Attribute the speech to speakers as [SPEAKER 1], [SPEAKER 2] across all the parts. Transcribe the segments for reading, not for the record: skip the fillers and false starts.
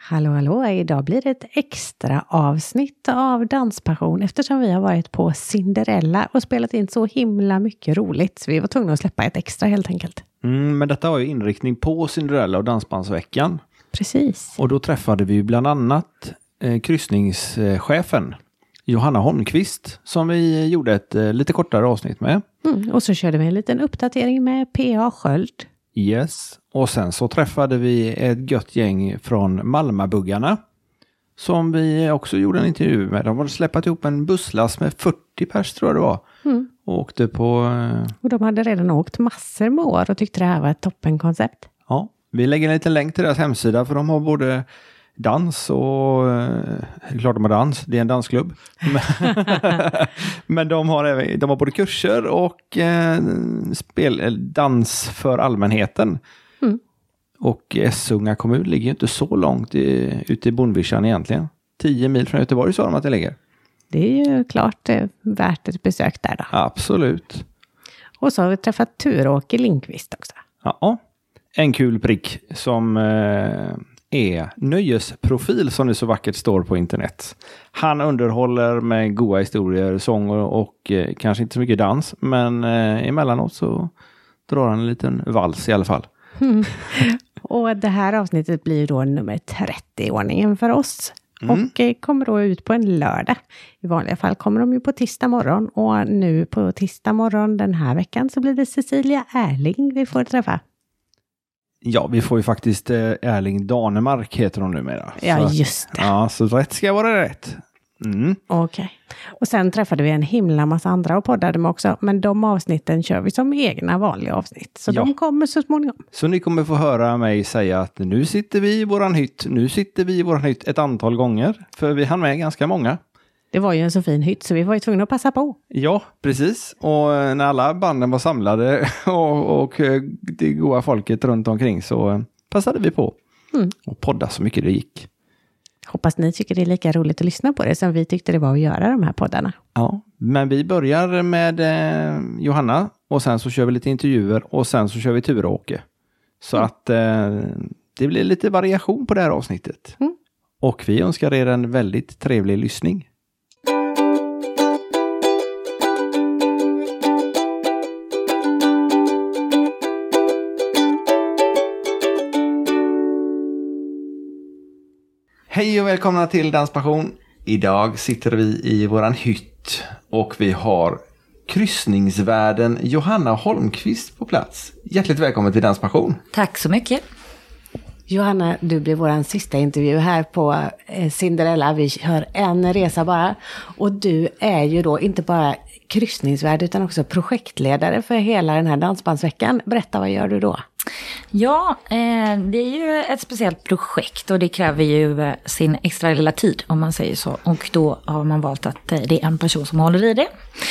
[SPEAKER 1] Hallå, idag blir det ett extra avsnitt av Danspassion eftersom vi har varit på Cinderella och spelat in så himla mycket roligt. Så vi var tvungna att släppa ett extra helt enkelt.
[SPEAKER 2] Men detta har ju inriktning på Cinderella och Dansbandsveckan.
[SPEAKER 1] Precis.
[SPEAKER 2] Och då träffade vi bland annat kryssningschefen Johanna Holmqvist som vi gjorde ett lite kortare avsnitt med.
[SPEAKER 1] Och så körde vi en liten uppdatering med P.A. Sköld.
[SPEAKER 2] Yes, och sen så träffade vi ett gött gäng från Malmabuggarna som vi också gjorde en intervju med. De hade släppt ihop en busslast med 40 pers tror jag det var. Och åkte på...
[SPEAKER 1] Och de hade redan åkt massor med år och tyckte det här var ett toppenkoncept.
[SPEAKER 2] Ja, vi lägger en liten länk till deras hemsida för de har både dans och... klart de har dans, det är en dansklubb. Men de har både kurser och dans för allmänheten. Och Essunga kommun ligger ju inte så långt ute i Bondvischan egentligen. 10 mil från Göteborg sa de att det ligger. Det
[SPEAKER 1] är ju klart värt ett besök där då.
[SPEAKER 2] Absolut.
[SPEAKER 1] Och så har vi träffat Tur-Åke Lindqvist också.
[SPEAKER 2] Ja, en kul prick som är nöjesprofil som det så vackert står på internet. Han underhåller med goda historier, sång och kanske inte så mycket dans. Men emellanåt så drar han en liten vals i alla fall.
[SPEAKER 1] Och det här avsnittet blir då nummer 30 i ordningen för oss. Och kommer då ut på en lördag. I vanliga fall kommer de ju på tisdag morgon. Och nu på tisdag morgon den här veckan så blir det Cecilia Erling vi får träffa.
[SPEAKER 2] Ja, vi får ju faktiskt Erling Danemark heter hon numera.
[SPEAKER 1] Ja, just det.
[SPEAKER 2] Ja, så rätt ska vara rätt.
[SPEAKER 1] Okej. Och sen träffade vi en himla massa andra och poddade med också. Men de avsnitten kör vi som egna vanliga avsnitt. Så de kommer så småningom.
[SPEAKER 2] Så ni kommer få höra mig säga att nu sitter vi i våran hytt ett antal gånger. För vi hann med ganska många.
[SPEAKER 1] Det var ju en så fin hytt så vi var ju tvungna att passa på.
[SPEAKER 2] Ja, precis. Och när alla banden var samlade och det goda folket runt omkring så passade vi på. Och podda så mycket det gick.
[SPEAKER 1] Hoppas ni tycker det är lika roligt att lyssna på det som vi tyckte det var att göra de här poddarna.
[SPEAKER 2] Ja, men vi börjar med Johanna och sen så kör vi lite intervjuer och sen så kör vi Tur-Åke. Så att det blir lite variation på det här avsnittet. Och vi önskar er en väldigt trevlig lyssning. Hej och välkomna till Danspassion. Idag sitter vi i våran hytt och vi har kryssningsvärden Johanna Holmqvist på plats. Hjärtligt välkommen till Danspassion.
[SPEAKER 3] Tack så mycket.
[SPEAKER 1] Johanna, du blir våran sista intervju här på Cinderella. Vi kör en resa bara. Och du är ju då inte bara kryssningsvärd utan också projektledare för hela den här dansbandsveckan. Berätta, vad gör du då?
[SPEAKER 3] Ja, det är ju ett speciellt projekt och det kräver ju sin extra lilla tid om man säger så. Och då har man valt att det är en person som håller i det.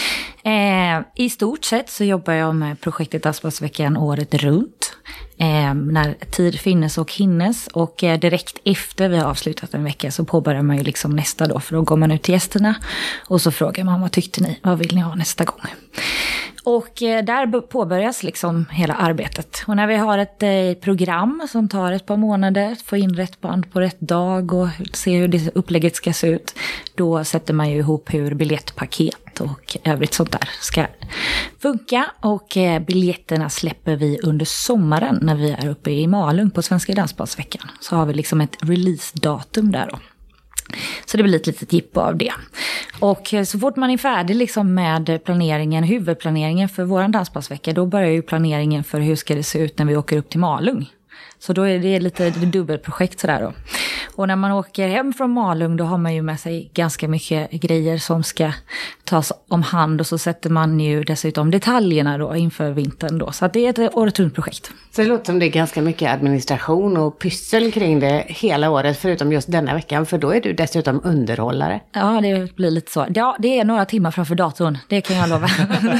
[SPEAKER 3] I stort sett så jobbar jag med projektet Dansbandsveckan året runt. När tid finnes och hinnes och direkt efter vi har avslutat en vecka så påbörjar man ju liksom nästa då, för då går man ut till gästerna och så frågar man vad tyckte ni, vad vill ni ha nästa gång? Och där påbörjas liksom hela arbetet. Och när vi har ett program som tar ett par månader, få in rätt band på rätt dag och se hur det upplägget ska se ut, då sätter man ju ihop hur biljettpaket och övrigt sånt där ska funka. Och biljetterna släpper vi under sommaren när vi är uppe i Malung på Svenska Dansbandsveckan. Så har vi liksom ett release-datum där då. Så det blir ett litet tipp av det. Och så fort man är färdig liksom med planeringen, huvudplaneringen för våran dansbandsvecka, då börjar ju planeringen för hur ska det se ut när vi åker upp till Malung. Så då är det lite dubbelprojekt sådär då. Och när man åker hem från Malung då har man ju med sig ganska mycket grejer som ska tas om hand. Och så sätter man ju dessutom detaljerna då inför vintern då. Så att det är ett året runt projekt.
[SPEAKER 1] Så det låter som det är ganska mycket administration och pyssel kring det hela året förutom just denna veckan. För då är du dessutom underhållare.
[SPEAKER 3] Ja, det blir lite så. Ja, det är några timmar framför datorn. Det kan jag lova.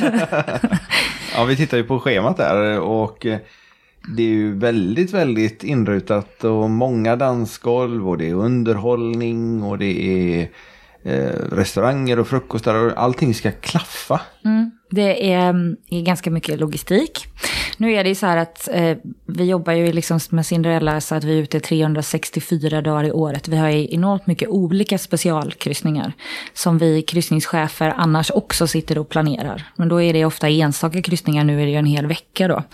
[SPEAKER 2] Ja, vi tittar ju på schemat där och... Det är ju väldigt, väldigt inrutat och många dansgolv och det är underhållning och det är restauranger och frukostar och allting ska klaffa.
[SPEAKER 3] Det är ganska mycket logistik. Nu är det så här att vi jobbar ju liksom med Cinderella så att vi är ute 364 dagar i året. Vi har enormt mycket olika specialkryssningar som vi kryssningschefer annars också sitter och planerar. Men då är det ofta enstaka kryssningar, nu är det ju en hel vecka då.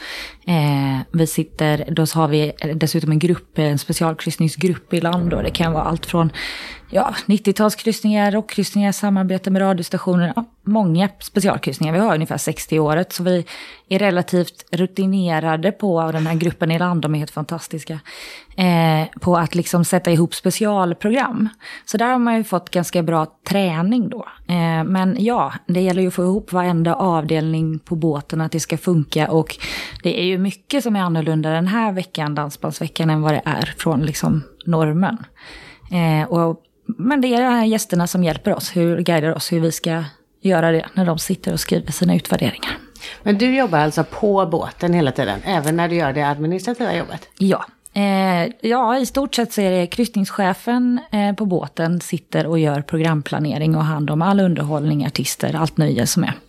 [SPEAKER 3] Då har vi dessutom en specialkryssningsgrupp i land då. Det kan vara allt från 90-talskryssningar, rockkryssningar, samarbete med radiostationer, många specialkryssningar. Vi har ungefär 60 i året, så vi är relativt rutinerade på den här gruppen i land, de är helt fantastiska, på att liksom sätta ihop specialprogram. Så där har man ju fått ganska bra träning då. Men det gäller ju att få ihop varenda avdelning på båten, att det ska funka, och det är ju mycket som är annorlunda den här veckan, dansbandsveckan, än vad det är från liksom normen. Men det är de här gästerna som hjälper oss, guidar oss hur vi ska göra det när de sitter och skriver sina utvärderingar.
[SPEAKER 1] Men du jobbar alltså på båten hela tiden, även när du gör det administrativa jobbet?
[SPEAKER 3] Ja, i stort sett så är det kryssningschefen på båten sitter och gör programplanering och hand om all underhållning, artister, allt nöje som är.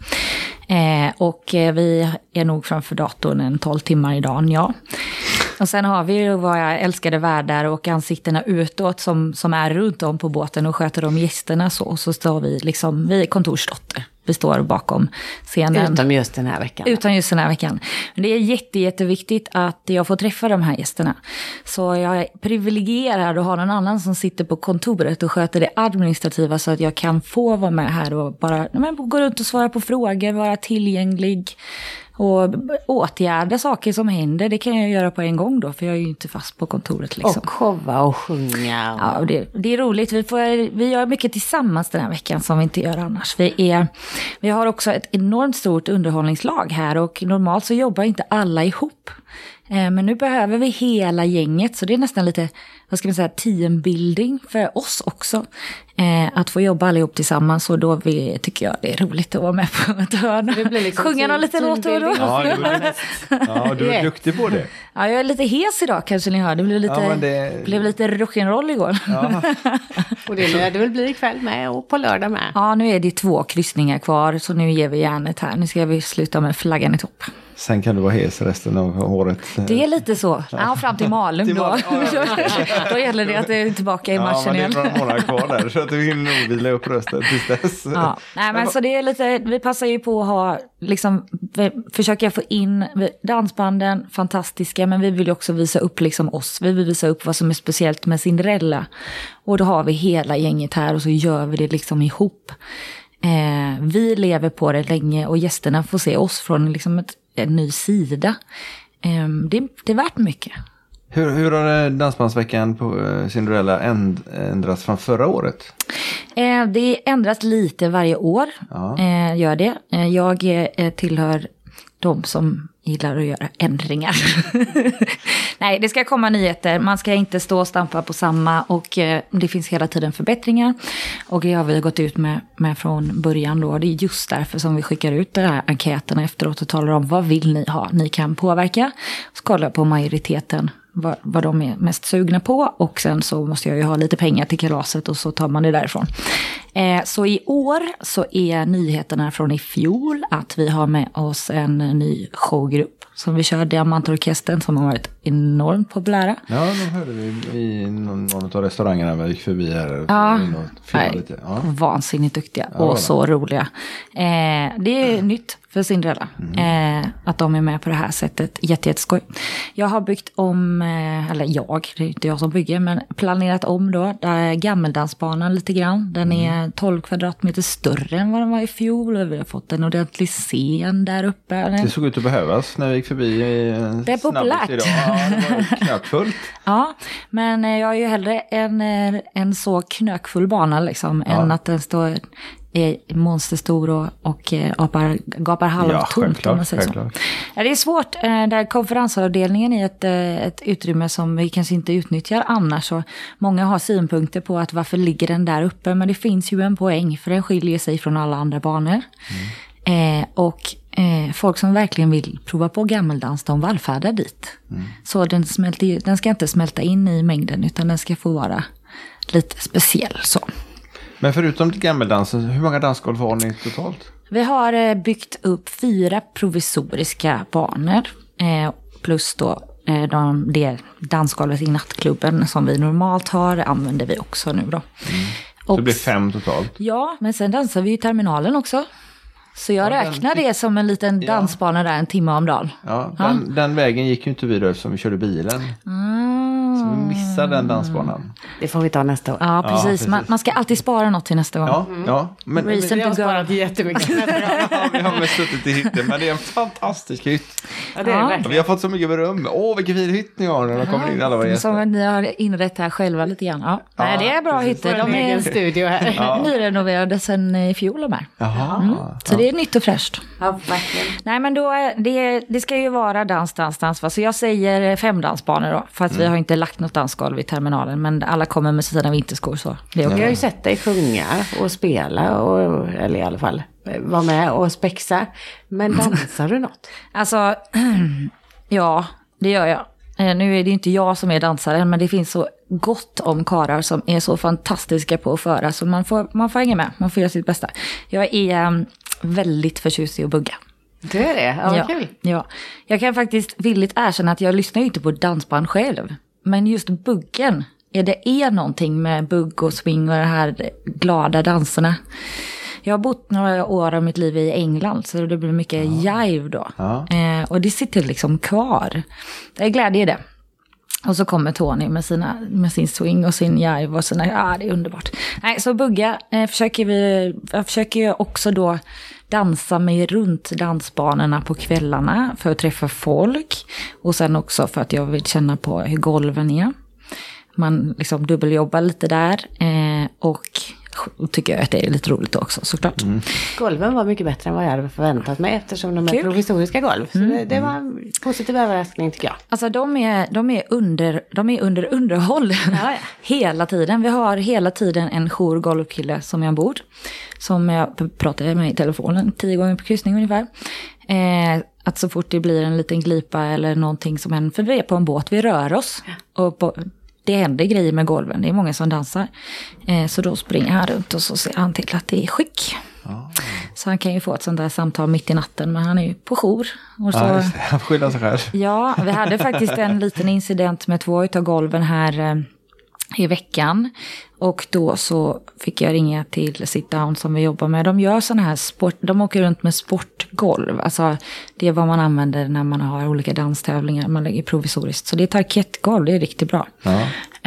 [SPEAKER 3] Och vi är nog framför datorn 12 timmar i dagen, ja. Och sen har vi ju våra älskade värdar och ansiktena utåt som är runt om på båten och sköter om gästerna så står vi liksom, vi är kontorsdotter. Vi står bakom scenen.
[SPEAKER 1] Utom just den här veckan.
[SPEAKER 3] Utan just den här veckan. Men det är jätteviktigt att jag får träffa de här gästerna. Så jag är privilegierad att ha någon annan som sitter på kontoret och sköter det administrativa, så att jag kan få vara med här och bara gå runt och svara på frågor, vara tillgänglig och åtgärda saker som händer. Det kan jag göra på en gång då, för jag är ju inte fast på kontoret liksom.
[SPEAKER 1] Och showa och sjunga.
[SPEAKER 3] Ja, det är roligt. Vi gör mycket tillsammans den här veckan som vi inte gör annars. Vi har också ett enormt stort underhållningslag här, och normalt så jobbar inte alla ihop. Men nu behöver vi hela gänget, så det är nästan lite, vad ska man säga, teambuilding för oss också. Att få jobba allihop tillsammans, och då tycker jag det är roligt att vara med på ett hörn.
[SPEAKER 1] Liksom
[SPEAKER 3] sjunga någon liten låt och då.
[SPEAKER 2] Ja, du är duktig på det.
[SPEAKER 3] Ja, jag är lite hes idag kanske ni hör. Det blev lite rock'n'roll igår. Ja.
[SPEAKER 1] Och det lär det väl bli ikväll med, och på lördag med.
[SPEAKER 3] Ja, nu är det 2 kryssningar kvar, så nu ger vi järnet här. Nu ska vi sluta med flaggan i topp.
[SPEAKER 2] Sen kan du vara hes resten av året.
[SPEAKER 3] Det är lite så. Ja, fram till Malung då. Då gäller det att det är tillbaka i matchen igen.
[SPEAKER 2] Ja, men det är några månader kvar där, så att du hinner nog vila upp rösten tills dess.
[SPEAKER 3] Ja, nej, men så det är lite, vi passar ju på att ha, liksom, försöka få in dansbanden, fantastiska, men vi vill ju också visa upp liksom oss. Vi vill visa upp vad som är speciellt med Cinderella. Och då har vi hela gänget här, och så gör vi det liksom ihop. Vi lever på det länge, och gästerna får se oss från liksom en ny sida. Det är värt mycket.
[SPEAKER 2] Hur har dansbandsveckan på Cinderella ändrats från förra året?
[SPEAKER 3] Det ändras lite varje år, gör det. Jag tillhör de som gillar att göra ändringar. Nej, det ska komma nyheter. Man ska inte stå och stampa på samma, och det finns hela tiden förbättringar. Och det har vi gått ut med från början då. Det är just därför som vi skickar ut de här enkäterna efteråt och talar om vad vill ni ha. Ni kan påverka. Så kolla på majoriteten vad de är mest sugna på, och sen så måste jag ju ha lite pengar till kalaset, och så tar man det därifrån. Så i år så är nyheterna från i fjol att vi har med oss en ny showgrupp som vi kör, Diamantorkestern, som har varit enormt populära. Ja,
[SPEAKER 2] de hörde vi i någon av restaurangerna när vi gick förbi här.
[SPEAKER 3] Vansinnigt duktiga och så roliga. Det är nytt för Cinderella. Att de är med på det här sättet. Jätteskoj. Jag har byggt om, det är inte jag som bygger, men planerat om då gammeldansbanan lite grann. Den är 12 kvadratmeter större än vad den var i fjol, och vi har fått en ordentlig scen där uppe.
[SPEAKER 2] Det såg ut att behövas när vi gick förbi.
[SPEAKER 3] Det är populärt.
[SPEAKER 2] Idag. Ja, det var knökfullt.
[SPEAKER 3] Ja, men jag är ju hellre en så knökfull bana liksom, än att den står är monsterstor och gapar halvtomt. Ja, självklart. Ja, det är svårt. Där konferensavdelningen är ett utrymme som vi kanske inte utnyttjar annars. Och många har synpunkter på att varför ligger den där uppe. Men det finns ju en poäng, för den skiljer sig från alla andra banor. Och folk som verkligen vill prova på gammeldans, de vallfärdar dit. Så den ska inte smälta in i mängden, utan den ska få vara lite speciell så.
[SPEAKER 2] Men förutom gammeldansen, hur många dansgolv har ni totalt?
[SPEAKER 3] Vi har byggt upp 4 provisoriska banor. Plus då det dansgolvet i nattklubben som vi normalt har använder vi också nu då.
[SPEAKER 2] Så det blir 5 totalt?
[SPEAKER 3] Ja, men sen dansar vi i terminalen också. Så jag räknar det som en liten dansbana där 1 timme om dagen.
[SPEAKER 2] Ja, den vägen gick ju inte vidare som vi körde bilen. Så vi missade den dansbanan.
[SPEAKER 1] Det får vi ta nästa år.
[SPEAKER 3] Ja, precis. Man ska alltid spara något till nästa gång.
[SPEAKER 2] Ja. Men
[SPEAKER 1] Vi har sparat jättemycket.
[SPEAKER 2] vi har väl suttit i hytten, men det är en fantastisk hytt.
[SPEAKER 1] Ja, det är det verkligen.
[SPEAKER 2] Vi har fått så mycket beröm. Vilken fin hytt ni har när de kommer in alla våra gäster.
[SPEAKER 3] Som ni har inrett här själva lite grann. Ja. Nej, det är bra hytter. De är
[SPEAKER 1] en studio här.
[SPEAKER 3] nyrenoverade sedan i fjol de här. Så det är nytt och fräscht.
[SPEAKER 1] Ja, verkligen.
[SPEAKER 3] Nej, men då, det ska ju vara dans. Så jag säger 5 dansbanor då. För att vi har inte lagt något dansgolv i terminalen. Men alla kommer med sina vinterskor så. Det är okay.
[SPEAKER 1] Jag har ju sett dig sjunga och spela. Eller i alla fall vara med och spexa. Men dansar du något?
[SPEAKER 3] Alltså, ja, det gör jag. Nu är det inte jag som är dansare, men det finns så gott om karar som är så fantastiska på att föra. Så man får hänga med, man får göra sitt bästa. Jag är väldigt förtjust i att bugga.
[SPEAKER 1] Det är det? Ja, kul.
[SPEAKER 3] Ja. Jag kan faktiskt villigt erkänna att jag lyssnar ju inte på dansband själv. Men just buggen, det är någonting med bugg och swing och de här glada danserna. Jag har bott några år av mitt liv i England så det blir mycket jive då. Ja. Och det sitter liksom kvar. Det är glädje i det. Och så kommer Tony med sin swing och sin jive och sina, det är underbart. Nej, så bugga jag försöker också då dansa mig runt dansbanorna på kvällarna för att träffa folk. Och sen också för att jag vill känna på hur golven är. Man liksom dubbeljobbar lite där och tycker jag att det är lite roligt också, såklart.
[SPEAKER 1] Golven var mycket bättre än vad jag hade förväntat mig eftersom de är provisoriska golv. Så det var en positiv överraskning tycker jag.
[SPEAKER 3] Alltså de är under underhåll hela tiden. Vi har hela tiden en jourgolvkille som är ombord. Som jag pratar med i telefonen 10 gånger på kryssning ungefär. Att så fort det blir en liten glipa eller någonting som händer, för vi är på en båt, vi rör oss. Och det händer grejer med golven, det är många som dansar. Så då springer han runt och så ser han till att det är skick. Så han kan ju få ett sånt där samtal mitt i natten, men han är ju på jour. Och så,
[SPEAKER 2] han skyddar sig själv.
[SPEAKER 3] Ja, vi hade faktiskt en liten incident med 2 utav golven här i veckan. Och då så fick jag ringa till Sit Down som vi jobbar med. De gör sådana här de åker runt med sportgolv. Alltså det är vad man använder när man har olika danstävlingar. Man lägger provisoriskt. Så det är parkettgolv, det är riktigt bra. Ja.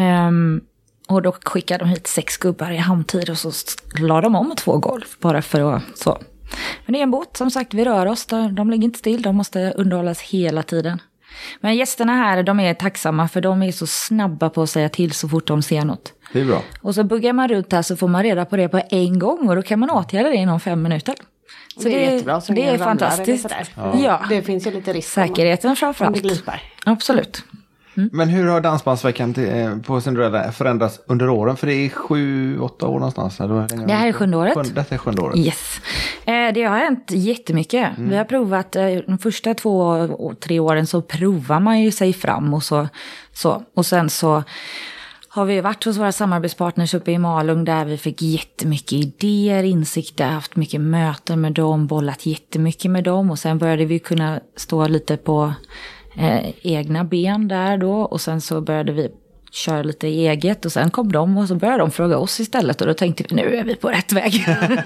[SPEAKER 3] Och då skickar de hit 6 gubbar i hamntid och så la de om 2 golv. Bara för att så. Men det är en båt, som sagt, vi rör oss. De ligger inte still, de måste underhållas hela tiden. Men gästerna här, de är tacksamma för de är så snabba på att säga till så fort de ser något.
[SPEAKER 2] Det är bra.
[SPEAKER 3] Och så buggar man runt här så får man reda på det på en gång och då kan man åtgärda det inom 5 minuter. Så
[SPEAKER 1] det är jättebra. Så
[SPEAKER 3] det är fantastiskt. Ja.
[SPEAKER 1] Det finns ju lite risk.
[SPEAKER 3] Säkerheten framförallt. Absolut.
[SPEAKER 2] Men hur har dansbandsveckan på Cinderella förändrats under åren? För det är 7-8 år någonstans.
[SPEAKER 3] Det här är 7:e året.
[SPEAKER 2] Detta är 7:e året.
[SPEAKER 3] Yes. Det har hänt jättemycket. Vi har provat de första 2-3 åren så provar man ju sig fram och så. Och sen så har vi varit hos våra samarbetspartners uppe i Malung där vi fick jättemycket idéer, insikter, haft mycket möten med dem, bollat jättemycket med dem och sen började vi kunna stå lite på egna ben där då och sen så började vi köra lite eget och sen kom de och så började de fråga oss istället och då tänkte vi nu är vi på rätt väg.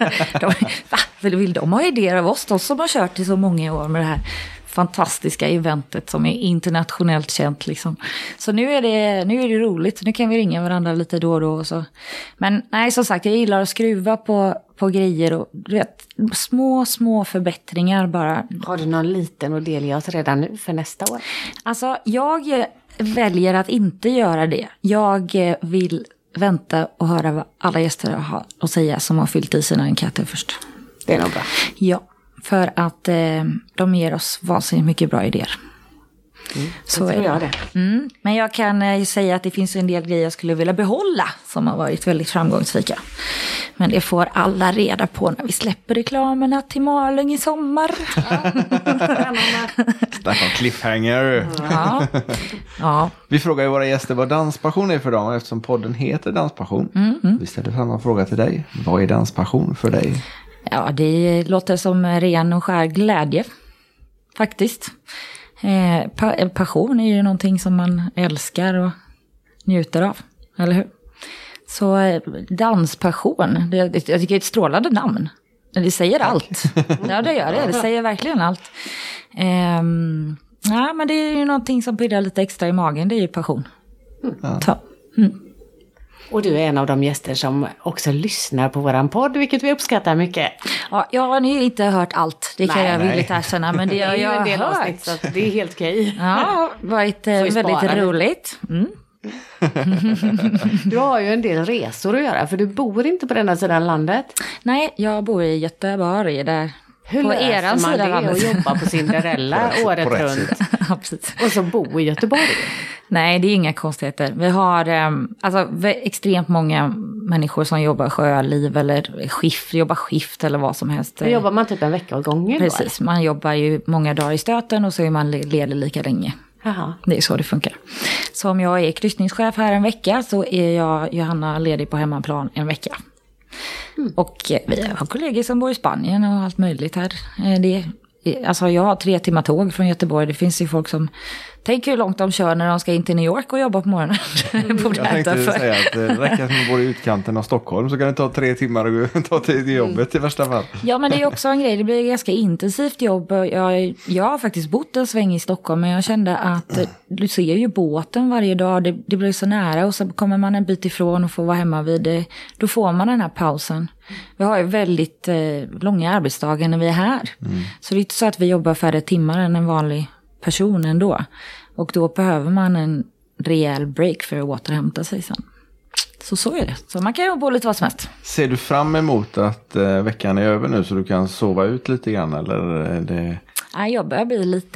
[SPEAKER 3] Vill de ha idéer av oss då som har kört i så många år med det här fantastiska eventet som är internationellt känt liksom. Så nu är det roligt. Nu kan vi ringa varandra lite då och då och så. Men nej, som sagt, jag gillar att skruva på grejer och du vet, små förbättringar bara.
[SPEAKER 1] Har du någon liten att delge oss redan nu för nästa år?
[SPEAKER 3] Alltså, jag väljer att inte göra det. Jag vill vänta och höra vad alla gäster har att säga som har fyllt i sina enkäter först.
[SPEAKER 1] Det är nog bra.
[SPEAKER 3] Ja. För att de ger oss vansinnigt mycket bra idéer.
[SPEAKER 1] Så är det.
[SPEAKER 3] Men jag kan säga att det finns en del grejer jag skulle vilja behålla som har varit väldigt framgångsrika. Men det får alla reda på när vi släpper reklamerna till Malung i sommar.
[SPEAKER 2] Snacka om cliffhanger.
[SPEAKER 3] Ja.
[SPEAKER 2] Vi frågar ju våra gäster vad danspassion är för dem eftersom podden heter Danspassion. Vi ställer samma fråga till dig. Vad är danspassion för dig?
[SPEAKER 3] Ja, det låter som ren och skär glädje. Faktiskt. Passion är ju någonting som man älskar och njuter av, eller hur? Så danspassion, jag tycker det är ett strålande namn. Det säger allt. Ja, det gör det. Det säger verkligen allt. Ja, men det är ju någonting som pirrar lite extra i magen. Det är ju passion.
[SPEAKER 1] Och du är en av de gäster som också lyssnar på våran podd, vilket vi uppskattar mycket.
[SPEAKER 3] Ja, jag har ju inte hört allt. Det kan jag villigt erkänna. Men det har jag
[SPEAKER 1] en del
[SPEAKER 3] hört.
[SPEAKER 1] avsnitt, så det är helt okej.
[SPEAKER 3] Ja, varit väldigt roligt.
[SPEAKER 1] Du har ju en del resor att göra, för du bor inte på denna sidan landet.
[SPEAKER 3] Nej, jag bor i Göteborg där.
[SPEAKER 1] Hur
[SPEAKER 3] på
[SPEAKER 1] löser
[SPEAKER 3] eran
[SPEAKER 1] man
[SPEAKER 3] sida
[SPEAKER 1] det och jobba på Cinderella året runt?
[SPEAKER 3] Ja, precis.
[SPEAKER 1] Och så bo i Göteborg.
[SPEAKER 3] Nej, det är inga konstigheter. Vi har extremt många människor som jobbar sjöliv eller jobbar skift eller vad som helst.
[SPEAKER 1] Då jobbar man typ en vecka åt gången.
[SPEAKER 3] Precis, man jobbar ju många dagar i stöten och så är man ledig lika länge.
[SPEAKER 1] Aha.
[SPEAKER 3] Det är så det funkar. Så om jag är kryssningschef här en vecka så är jag, Johanna, ledig på hemmaplan en vecka. Och vi har kollegor som bor i Spanien och allt möjligt här. Alltså jag har 3 timmar tåg från Göteborg. Det finns ju folk som tänker hur långt de kör när de ska in till New York och jobba på morgonen.
[SPEAKER 2] Jag tänkte säga att det räcker att man bor i utkanten av Stockholm så kan det ta 3 timmar att ta till jobbet i värsta fall.
[SPEAKER 3] Ja, men det är också en grej. Det blir ganska intensivt jobb. Jag har faktiskt bott en sväng i Stockholm, men jag kände att du ser ju båten varje dag. Det blir så nära och så kommer man en bit ifrån och får vara hemma vid det. Då får man den här pausen. Vi har ju väldigt långa arbetsdagar när vi är här. Så det är inte så att vi jobbar färre timmar än en vanlig person ändå. Och då behöver man en rejäl break för att återhämta sig sen. Så är det. Så man kan jobba på lite vad som helst.
[SPEAKER 2] Ser du fram emot att veckan är över nu så du kan sova ut lite grann? Eller är det...
[SPEAKER 3] Nej, jag börjar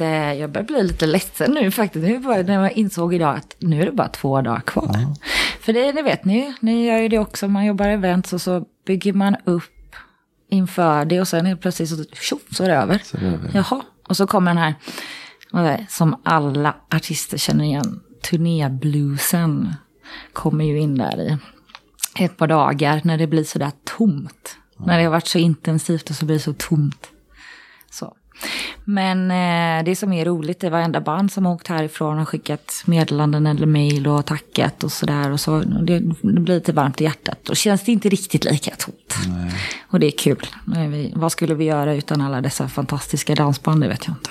[SPEAKER 3] bli lite ledsen nu faktiskt. När jag insåg idag att nu är det bara 2 dagar kvar. För det vet ni gör ju det också. Man jobbar events och så bygger man upp inför det och sen är det plötsligt så är det över. Jaha. Och så kommer den här som alla artister känner igen, turnébluesen kommer ju in där i ett par dagar när det blir så där tomt. När det har varit så intensivt och så blir det så tomt. Så. Men det som är roligt är varenda band som har åkt härifrån och skickat meddelanden eller mejl och tackat och sådär. Och så, det blir lite varmt i hjärtat. Och känns det inte riktigt lika tomt. Nej. Och det är kul. Vad skulle vi göra utan alla dessa fantastiska dansband, det vet jag inte.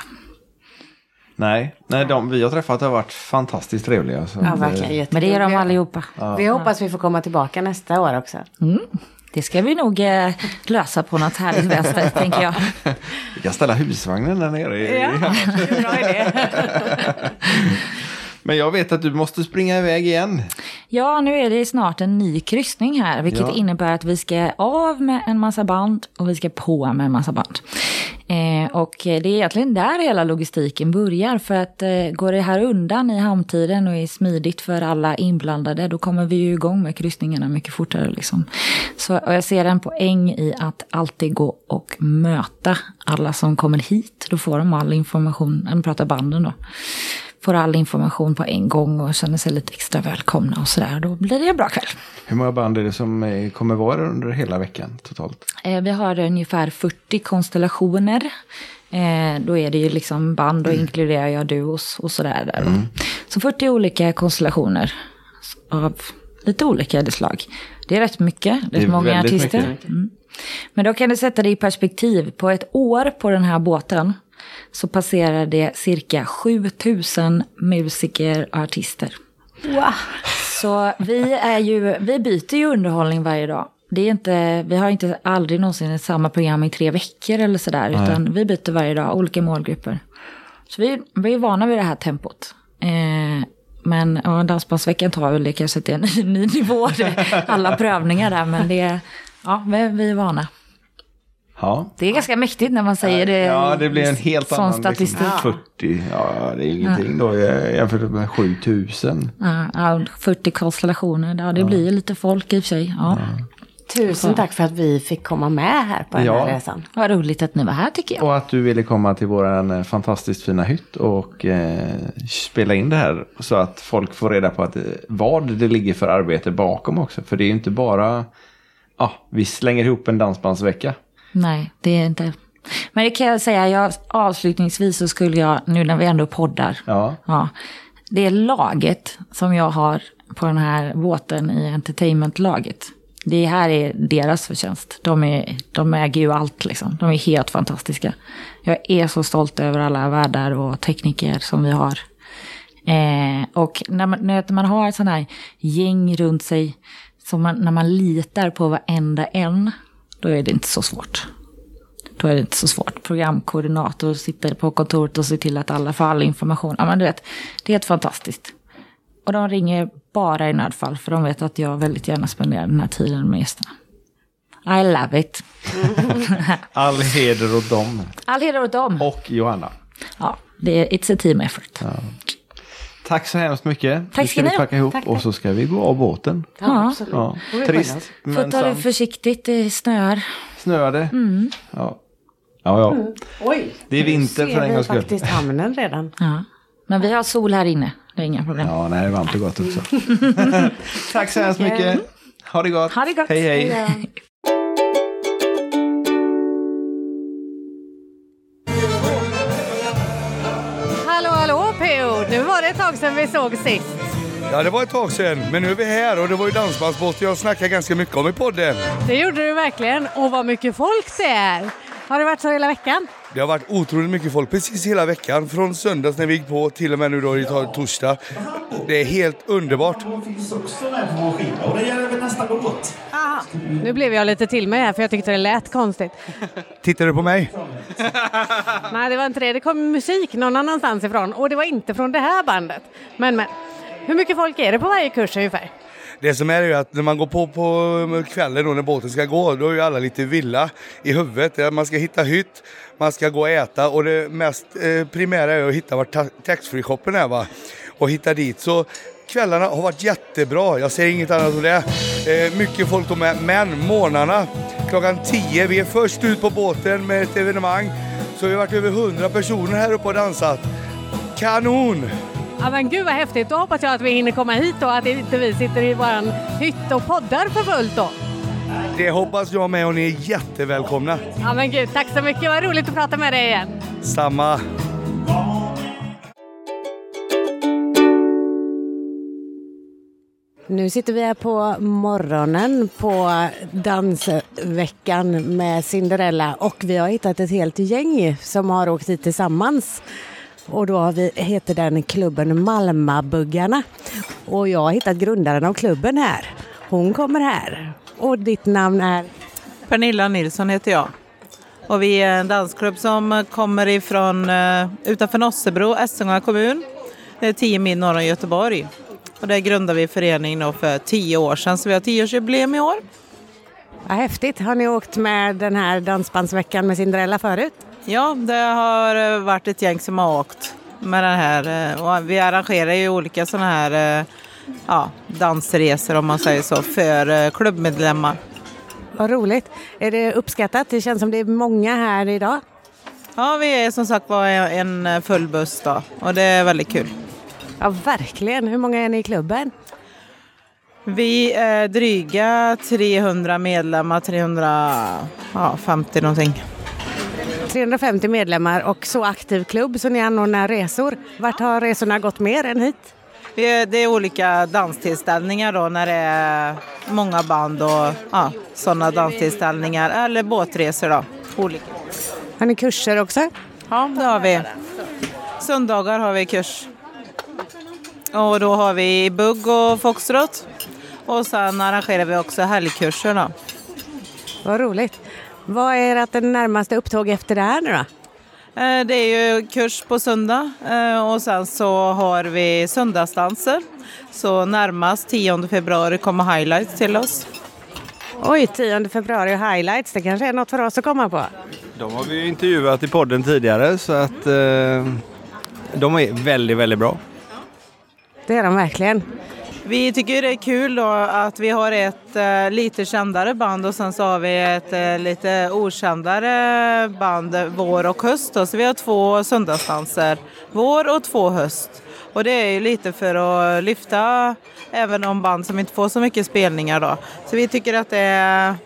[SPEAKER 2] Nej, vi har träffat har varit fantastiskt trevliga. Så
[SPEAKER 1] ja, verkligen.
[SPEAKER 3] Men det är de allihopa.
[SPEAKER 1] Ja. Vi hoppas vi får komma tillbaka nästa år också.
[SPEAKER 3] Det ska vi nog lösa på något härligt vänster, tänker jag.
[SPEAKER 2] Vi kan ställa husvagnen där nere.
[SPEAKER 1] Ja, bra idé.
[SPEAKER 2] Men jag vet att du måste springa iväg igen. Ja,
[SPEAKER 3] nu är det snart en ny kryssning här. Vilket innebär att vi ska av med en massa band och vi ska på med en massa band. Och det är egentligen där hela logistiken börjar. För att går det här undan i hamntiden och är smidigt för alla inblandade, då kommer vi ju igång med kryssningarna mycket fortare. Liksom. Och jag ser en poäng i att alltid gå och möta alla som kommer hit. Då får de all information, jag pratar banden då. Får all information på en gång och känner sig lite extra välkomna och sådär. Då blir det en bra kväll.
[SPEAKER 2] Hur många band är det som kommer vara under hela veckan totalt?
[SPEAKER 3] Vi har ungefär 40 konstellationer. Då är det ju liksom band och inkluderar jag duos och sådär. Där. Så 40 olika konstellationer av lite olika slag. Det är rätt mycket. Det är många artister. Men då kan du sätta det i perspektiv. På ett år på den här båten så passerar det cirka 7000 musiker och artister.
[SPEAKER 1] Wow.
[SPEAKER 3] Så vi byter ju underhållning varje dag. Det är inte, vi har inte aldrig någonsin ett samma program i 3 veckor eller sådär. Utan vi byter varje dag, olika målgrupper. Så vi är vana vid det här tempot. Men dansbandsveckan tar väl det kanske till en ny nivå. Alla prövningar där, men vi är vana.
[SPEAKER 2] Ja.
[SPEAKER 3] Det är ganska mäktigt när man säger det.
[SPEAKER 2] Ja, det blir en helt annan
[SPEAKER 3] statistik.
[SPEAKER 2] Liksom, 40, det är ingenting då jämfört med 7000.
[SPEAKER 3] Ja, 40 konstellationer. Ja, det blir ju lite folk i och för sig. Ja.
[SPEAKER 1] Tusen tack för att vi fick komma med här på den här resan.
[SPEAKER 3] Vad roligt att ni var här, tycker jag.
[SPEAKER 2] Och att du ville komma till våran fantastiskt fina hytt och spela in det här så att folk får reda på vad det ligger för arbete bakom också. För det är ju inte bara vi slänger ihop en dansbandsvecka.
[SPEAKER 3] Nej, det är inte. Men det kan jag säga, avslutningsvis så skulle jag, nu när vi ändå poddar, det är laget som jag har på den här båten i entertainment-laget. Det här är deras förtjänst. De äger ju allt liksom. De är helt fantastiska. Jag är så stolt över alla värdar och tekniker som vi har. Och när man har ett sån här gäng runt sig, när man litar på varenda en, då är det inte så svårt. Programkoordinator sitter på kontoret och ser till att alla får all information. Ja, men du vet, det är helt fantastiskt. Och de ringer bara i nödfall, för de vet att jag väldigt gärna spenderar den här tiden med gästerna. I love it.
[SPEAKER 2] All heder åt dem.
[SPEAKER 3] All heder åt dem.
[SPEAKER 2] Och Johanna.
[SPEAKER 3] Ja, it's a team effort. Ja.
[SPEAKER 2] Tack så hemskt mycket.
[SPEAKER 3] Tack ska ni
[SPEAKER 2] packa ihop och så ska vi gå av båten.
[SPEAKER 3] Ja, absolut.
[SPEAKER 2] Ja. Trist.
[SPEAKER 3] Får ta det försiktigt, det snöar.
[SPEAKER 2] Snöar det? Ja.
[SPEAKER 1] Oj,
[SPEAKER 2] det är vinter för en gångs skull.
[SPEAKER 1] Faktiskt hamnen redan.
[SPEAKER 3] Ja. Men vi har sol här inne, det är inga problem.
[SPEAKER 2] Ja, nej, det är varmt och gott också. Tack så hemskt mycket. Ha det gott.
[SPEAKER 3] Ha det gott.
[SPEAKER 2] Hej.
[SPEAKER 1] Hallå P.O. Nu var det ett tag sedan vi såg sist.
[SPEAKER 4] Ja, det var ett tag sedan, men nu är vi här och det var ju dansbandsbåt jag snackade ganska mycket om i podden.
[SPEAKER 1] Det gjorde du verkligen, och vad mycket folk det är. Har det varit så hela veckan?
[SPEAKER 4] Det har varit otroligt mycket folk, precis hela veckan. Från söndags när vi gick på till och med nu då i torsdag. Det är helt underbart.
[SPEAKER 5] Det finns också med på vår skiva och det gäller väl nästa båt.
[SPEAKER 1] Aha. Nu blev jag lite till mig här för jag tyckte det lät konstigt.
[SPEAKER 4] Tittar du på mig?
[SPEAKER 1] Nej, det var inte det. Det kom musik någon annanstans ifrån och det var inte från det här bandet. Men, hur mycket folk är det på varje kurs ungefär?
[SPEAKER 4] Det som är ju att när man går på kvällen då när båten ska gå, då är ju alla lite villa i huvudet. Man ska hitta hytt, man ska gå och äta och det mest primära är att hitta var taxfree-shoppen är, va? Och hitta dit. Så kvällarna har varit jättebra, jag säger inget annat om det. Mycket folk då med, men morgnarna klockan 10, vi är först ut på båten med ett evenemang. Så vi har varit över 100 personer här uppe och dansat. Kanon!
[SPEAKER 1] Ja, men gud vad häftigt. Då hoppas jag att vi hinner komma hit och att inte vi sitter i våran hytt och poddar för fullt då.
[SPEAKER 4] Det hoppas jag med och ni är jättevälkomna.
[SPEAKER 1] Ja men gud, tack så mycket. Vad roligt att prata med dig igen.
[SPEAKER 4] Samma.
[SPEAKER 1] Nu sitter vi här på morgonen på dansveckan med Cinderella och vi har hittat ett helt gäng som har åkt hit tillsammans. Och då heter den klubben Malmabuggarna. Och jag har hittat grundaren av klubben här. Hon kommer här. Och ditt namn är?
[SPEAKER 6] Pernilla Nilsson heter jag. Och vi är en dansklubb som kommer ifrån utanför Nossebro, Essunga kommun. Det är 10 mil norr om Göteborg. Och där grundade vi föreningen för 10 år sedan. Så vi har 10-årsjubileum i år.
[SPEAKER 1] Vad häftigt. Har ni åkt med den här dansbandsveckan med Cinderella förut?
[SPEAKER 6] Ja, det har varit ett gäng som har åkt med den här. Och vi arrangerar ju olika sådana här dansresor om man säger så för klubbmedlemmar.
[SPEAKER 1] Vad roligt. Är det uppskattat? Det känns som det är många här idag.
[SPEAKER 6] Ja, vi är som sagt var en full buss då. Och det är väldigt kul.
[SPEAKER 1] Ja, verkligen. Hur många är ni i klubben?
[SPEAKER 6] Vi är dryga 300 medlemmar, 350 någonting.
[SPEAKER 1] 350 medlemmar och så aktiv klubb så ni anordnar resor. Vart har resorna gått mer än hit?
[SPEAKER 6] Det är olika danstillställningar då när det är många band och sådana danstillställningar eller båtresor då. Olika.
[SPEAKER 1] Har ni kurser också?
[SPEAKER 6] Ja, det har vi. Söndagar har vi kurs. Och då har vi bugg och foxtrot. Och sen arrangerar vi också helgkurser då.
[SPEAKER 1] Vad roligt. Vad är ert närmaste upptåg efter det här nu då?
[SPEAKER 6] Det är ju kurs på söndag och sen så har vi söndagsdanser. Så närmast 10 februari kommer highlights till oss.
[SPEAKER 1] Oj, 10 februari och highlights. Det kanske är något för oss att komma på.
[SPEAKER 2] De har vi ju intervjuat i podden tidigare så att de är väldigt, väldigt bra.
[SPEAKER 1] Det är de verkligen.
[SPEAKER 6] Vi tycker det är kul då att vi har ett lite kändare band och sen så har vi ett lite okändare band vår och höst då. Så vi har 2 söndagsdanser, vår och 2 höst. Och det är ju lite för att lyfta även de band som inte får så mycket spelningar då. Så vi tycker att det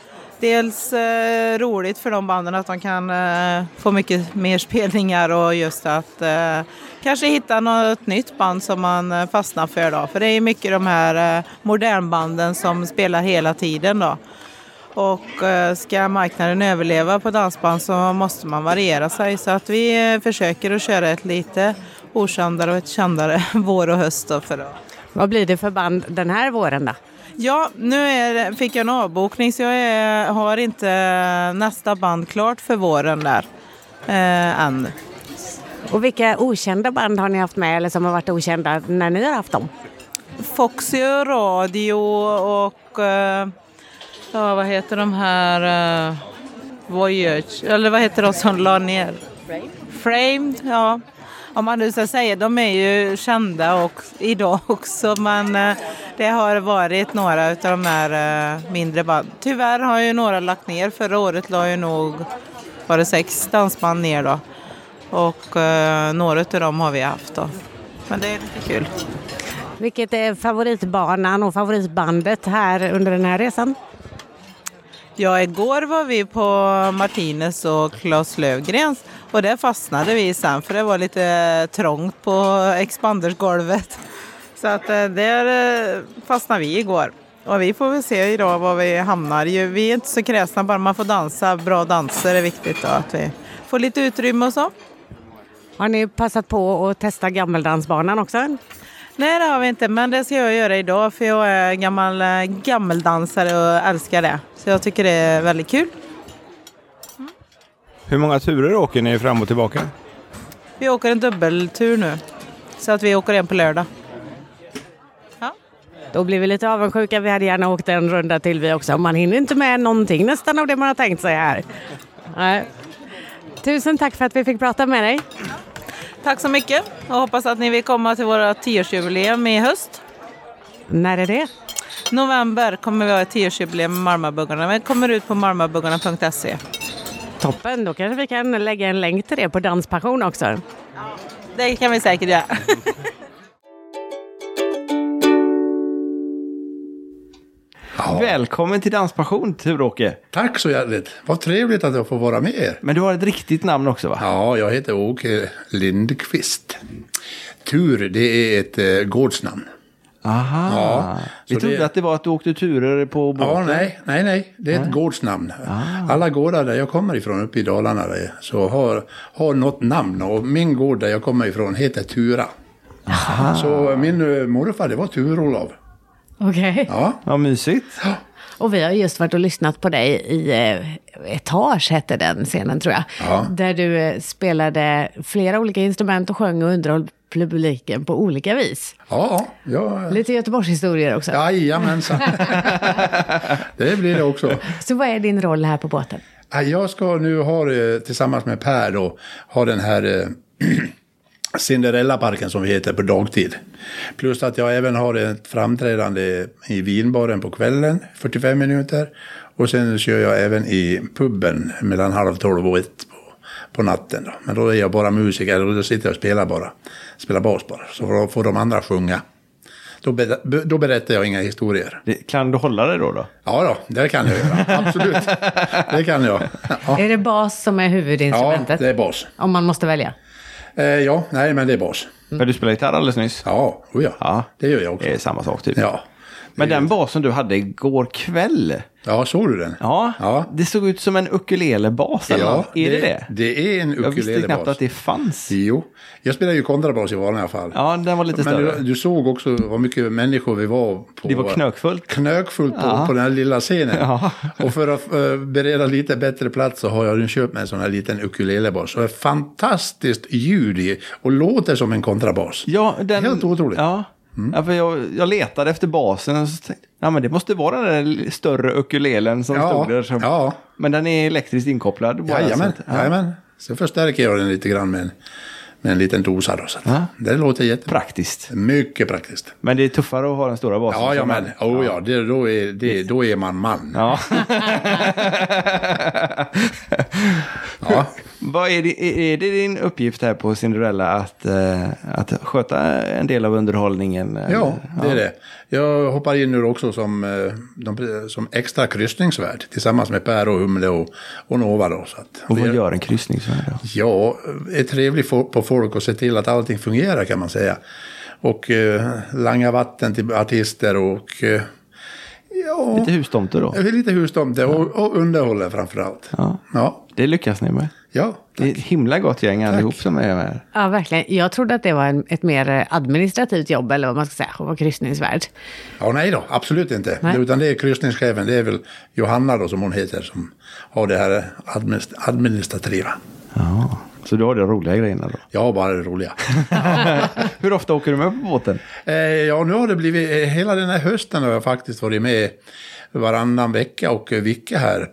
[SPEAKER 6] dels roligt för de banden att de kan få mycket mer spelningar och just att kanske hitta något nytt band som man fastnar för då. För det är mycket de här modernbanden som spelar hela tiden då. Och ska marknaden överleva på dansband så måste man variera sig. Så att vi försöker att köra ett lite okändare och ett kändare vår och höst då för då.
[SPEAKER 1] Vad blir det för band den här våren då?
[SPEAKER 6] Ja, nu fick jag en avbokning så jag har inte nästa band klart för våren där än.
[SPEAKER 1] Och vilka okända band har ni haft med eller som har varit okända när ni har haft dem?
[SPEAKER 6] Foxy och Radio och vad heter de här Voyage, eller vad heter de som la ner? Framed, ja. Om man nu ska säga, de är ju kända och idag också, men det har varit några av de här mindre band. Tyvärr har ju några lagt ner, förra året la ju nog, var det 6 dansband ner då. Och några av dem har vi haft då. Men det är lite kul.
[SPEAKER 1] Vilket är favoritbanan och favoritbandet här under den här resan?
[SPEAKER 6] Ja, igår var vi på Martinez och Claes Lövgrens och där fastnade vi sen för det var lite trångt på expandersgolvet. Så att där fastnade vi igår. Och vi får väl se idag var vi hamnar. Vi är inte så kräsna, bara man får dansa. Bra danser är viktigt då, att vi får lite utrymme och så.
[SPEAKER 1] Har ni passat på att testa gammeldansbanan också?
[SPEAKER 6] Nej, det har vi inte, men det ska jag göra idag för jag är gammeldansare och älskar det. Så jag tycker det är väldigt kul.
[SPEAKER 2] Hur många turer åker ni fram och tillbaka?
[SPEAKER 6] Vi åker en dubbeltur nu, så att vi åker en på lördag. Ja.
[SPEAKER 1] Då blir vi lite avundsjuka, vi hade gärna åkt en runda till vi också. Man hinner inte med någonting nästan av det man har tänkt sig här. Nej. Tusen tack för att vi fick prata med dig.
[SPEAKER 6] Tack så mycket och hoppas att ni vill komma till våra 10-årsjubileum i höst.
[SPEAKER 1] När är det?
[SPEAKER 6] November kommer vi ha ett 10-årsjubileum med Marmarbuggarna. Vi kommer ut på marmarbuggarna.se.
[SPEAKER 1] Toppen, då kanske vi kan lägga en länk till det på Danspassion också.
[SPEAKER 6] Det kan vi säkert göra.
[SPEAKER 2] Ja. Välkommen till Danspassion, Tur-Åke.
[SPEAKER 7] Tack så hjärtligt. Vad trevligt att jag får vara med er.
[SPEAKER 2] Men du har ett riktigt namn också, va?
[SPEAKER 7] Ja, jag heter Åke Lindqvist. Tur, det är ett gårdsnamn.
[SPEAKER 2] Aha.
[SPEAKER 7] Ja,
[SPEAKER 2] vi trodde att det var att du åkte turer på båten.
[SPEAKER 7] Ja, nej. Det är ett gårdsnamn. Alla gårdar där jag kommer ifrån uppe i Dalarna så har något namn. Och min gård där jag kommer ifrån heter Tura. Aha. Så min morfar, det var Tur-Olav.
[SPEAKER 1] Okej.
[SPEAKER 7] Ja.
[SPEAKER 2] Vad mysigt.
[SPEAKER 7] Ja.
[SPEAKER 1] Och vi har just varit och lyssnat på dig i Etage hette den scenen tror jag.
[SPEAKER 7] Ja.
[SPEAKER 1] Där du spelade flera olika instrument och sjöng och underhöll publiken på olika vis.
[SPEAKER 7] Ja.
[SPEAKER 1] Lite Göteborgshistorier också.
[SPEAKER 7] Jajamensan. Det blir det också.
[SPEAKER 1] Så vad är din roll här på båten?
[SPEAKER 7] Jag ska nu ha tillsammans med Per då, ha den här Cinderella-parken som vi heter på dagtid. Plus att jag även har ett framträdande i vinbaren på kvällen, 45 minuter. Och sen kör jag även i puben mellan 11:30 och 1 på natten. Då. Men då är jag bara musiker och då sitter jag och spelar bas bara. Så får de andra sjunga. Då berättar jag inga historier.
[SPEAKER 2] Kan du hålla det då?
[SPEAKER 7] Ja, det kan jag göra. Absolut. Det kan jag. Ja.
[SPEAKER 1] Är det bas som är huvudinstrumentet?
[SPEAKER 7] Ja, det är bas.
[SPEAKER 1] Om man måste välja?
[SPEAKER 7] Men det är bas.
[SPEAKER 2] Men du spelade gitarr alldeles nyss?
[SPEAKER 7] Ja, det gör jag också.
[SPEAKER 2] Det är samma sak typ.
[SPEAKER 7] Ja.
[SPEAKER 2] Men den basen du hade igår kväll.
[SPEAKER 7] Ja, såg du den?
[SPEAKER 2] Ja. Det såg ut som en ukulelebas.
[SPEAKER 7] Ja,
[SPEAKER 2] är det?
[SPEAKER 7] Det är en ukulelebas.
[SPEAKER 2] Jag visste knappt att det fanns.
[SPEAKER 7] Jo, jag spelar ju kontrabas i vanliga fall.
[SPEAKER 2] Ja, den var lite större.
[SPEAKER 7] Men du såg också vad mycket människor vi var på.
[SPEAKER 2] Det var knökfullt.
[SPEAKER 7] Knökfullt på den här lilla scenen.
[SPEAKER 2] Ja.
[SPEAKER 7] Och för att bereda lite bättre plats så har jag köpt med en sån här liten ukulelebas. Så det är fantastiskt ljud i och låter som en kontrabas.
[SPEAKER 2] Ja,
[SPEAKER 7] helt otroligt.
[SPEAKER 2] Ja. Ja, för jag letade efter basen och så tänkte men det måste vara den där större ukulelen som stod där.
[SPEAKER 7] Ja.
[SPEAKER 2] Men den är elektriskt inkopplad.
[SPEAKER 7] Jajamän. Så förstärker jag den lite grann med en liten dosa då. Så det låter
[SPEAKER 2] praktiskt.
[SPEAKER 7] Mycket praktiskt.
[SPEAKER 2] Men det är tuffare att ha den stora basen.
[SPEAKER 7] Då är man man.
[SPEAKER 2] Ja. Vad är det din uppgift här på Cinderella att sköta en del av underhållningen?
[SPEAKER 7] Ja, det är det. Jag hoppar in nu också som extra kryssningsvärd tillsammans med Per och Humle och Nova då. Så att,
[SPEAKER 2] och vad gör en kryssningsvärd då?
[SPEAKER 7] Ja, är trevlig på folk och se till att allting fungerar kan man säga. Och langa vatten till artister och... ja,
[SPEAKER 2] lite hustomte då?
[SPEAKER 7] Lite hustomte och underhåller framförallt. Ja.
[SPEAKER 2] Det lyckas ni med.
[SPEAKER 7] Ja, tack.
[SPEAKER 2] Det är ett himla gott gäng allihop som är med.
[SPEAKER 1] Ja, verkligen. Jag trodde att det var ett mer administrativt jobb, eller vad man ska säga, att vara kryssningsvärd.
[SPEAKER 7] Ja, nej då, absolut inte.
[SPEAKER 1] Nej.
[SPEAKER 7] Utan det är kryssningschefen, det är väl Johanna då som hon heter, som har det här administrativa.
[SPEAKER 2] Ja, så du har de roliga grejerna då?
[SPEAKER 7] Ja, bara det roliga.
[SPEAKER 2] Hur ofta åker du med på båten?
[SPEAKER 7] Ja, nu har det blivit, hela den här hösten har jag faktiskt varit med varannan vecka och vicka här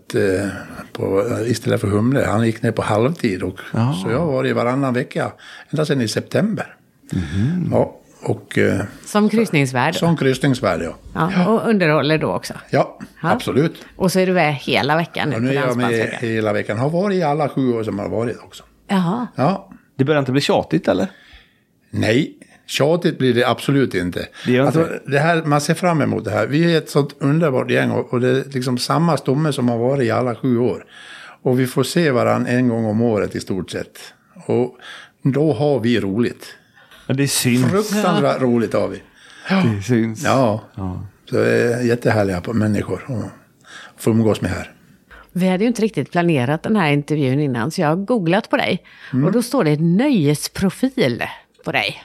[SPEAKER 7] istället för Humle. Han gick ner på halvtid så jag har varit varannan vecka ända sedan i september. Mm. Ja, och,
[SPEAKER 1] som kryssningsvärd?
[SPEAKER 7] Som kryssningsvärd,
[SPEAKER 1] ja. Och underhåller då också?
[SPEAKER 7] Ja, absolut.
[SPEAKER 1] Och så är du med hela veckan nu?
[SPEAKER 7] Och nu är jag med hela veckan. Har varit i alla 7 år som har varit också.
[SPEAKER 1] Jaha.
[SPEAKER 7] Ja.
[SPEAKER 2] Det börjar inte bli tjatigt eller?
[SPEAKER 7] Nej, tjatigt blir det absolut inte. Det här, man ser fram emot det här. Vi är ett sånt underbart gäng och det är liksom samma stomme som har varit i alla 7 år. Och vi får se varann en gång om året i stort sett. Och då har vi roligt.
[SPEAKER 2] Ja, det syns.
[SPEAKER 7] Fruktansvärt roligt har vi.
[SPEAKER 2] Det syns.
[SPEAKER 7] Ja. Så det är jättehärliga människor att få umgås med här.
[SPEAKER 1] Vi hade ju inte riktigt planerat den här intervjun innan, så jag har googlat på dig. Och då står det nöjesprofil på dig.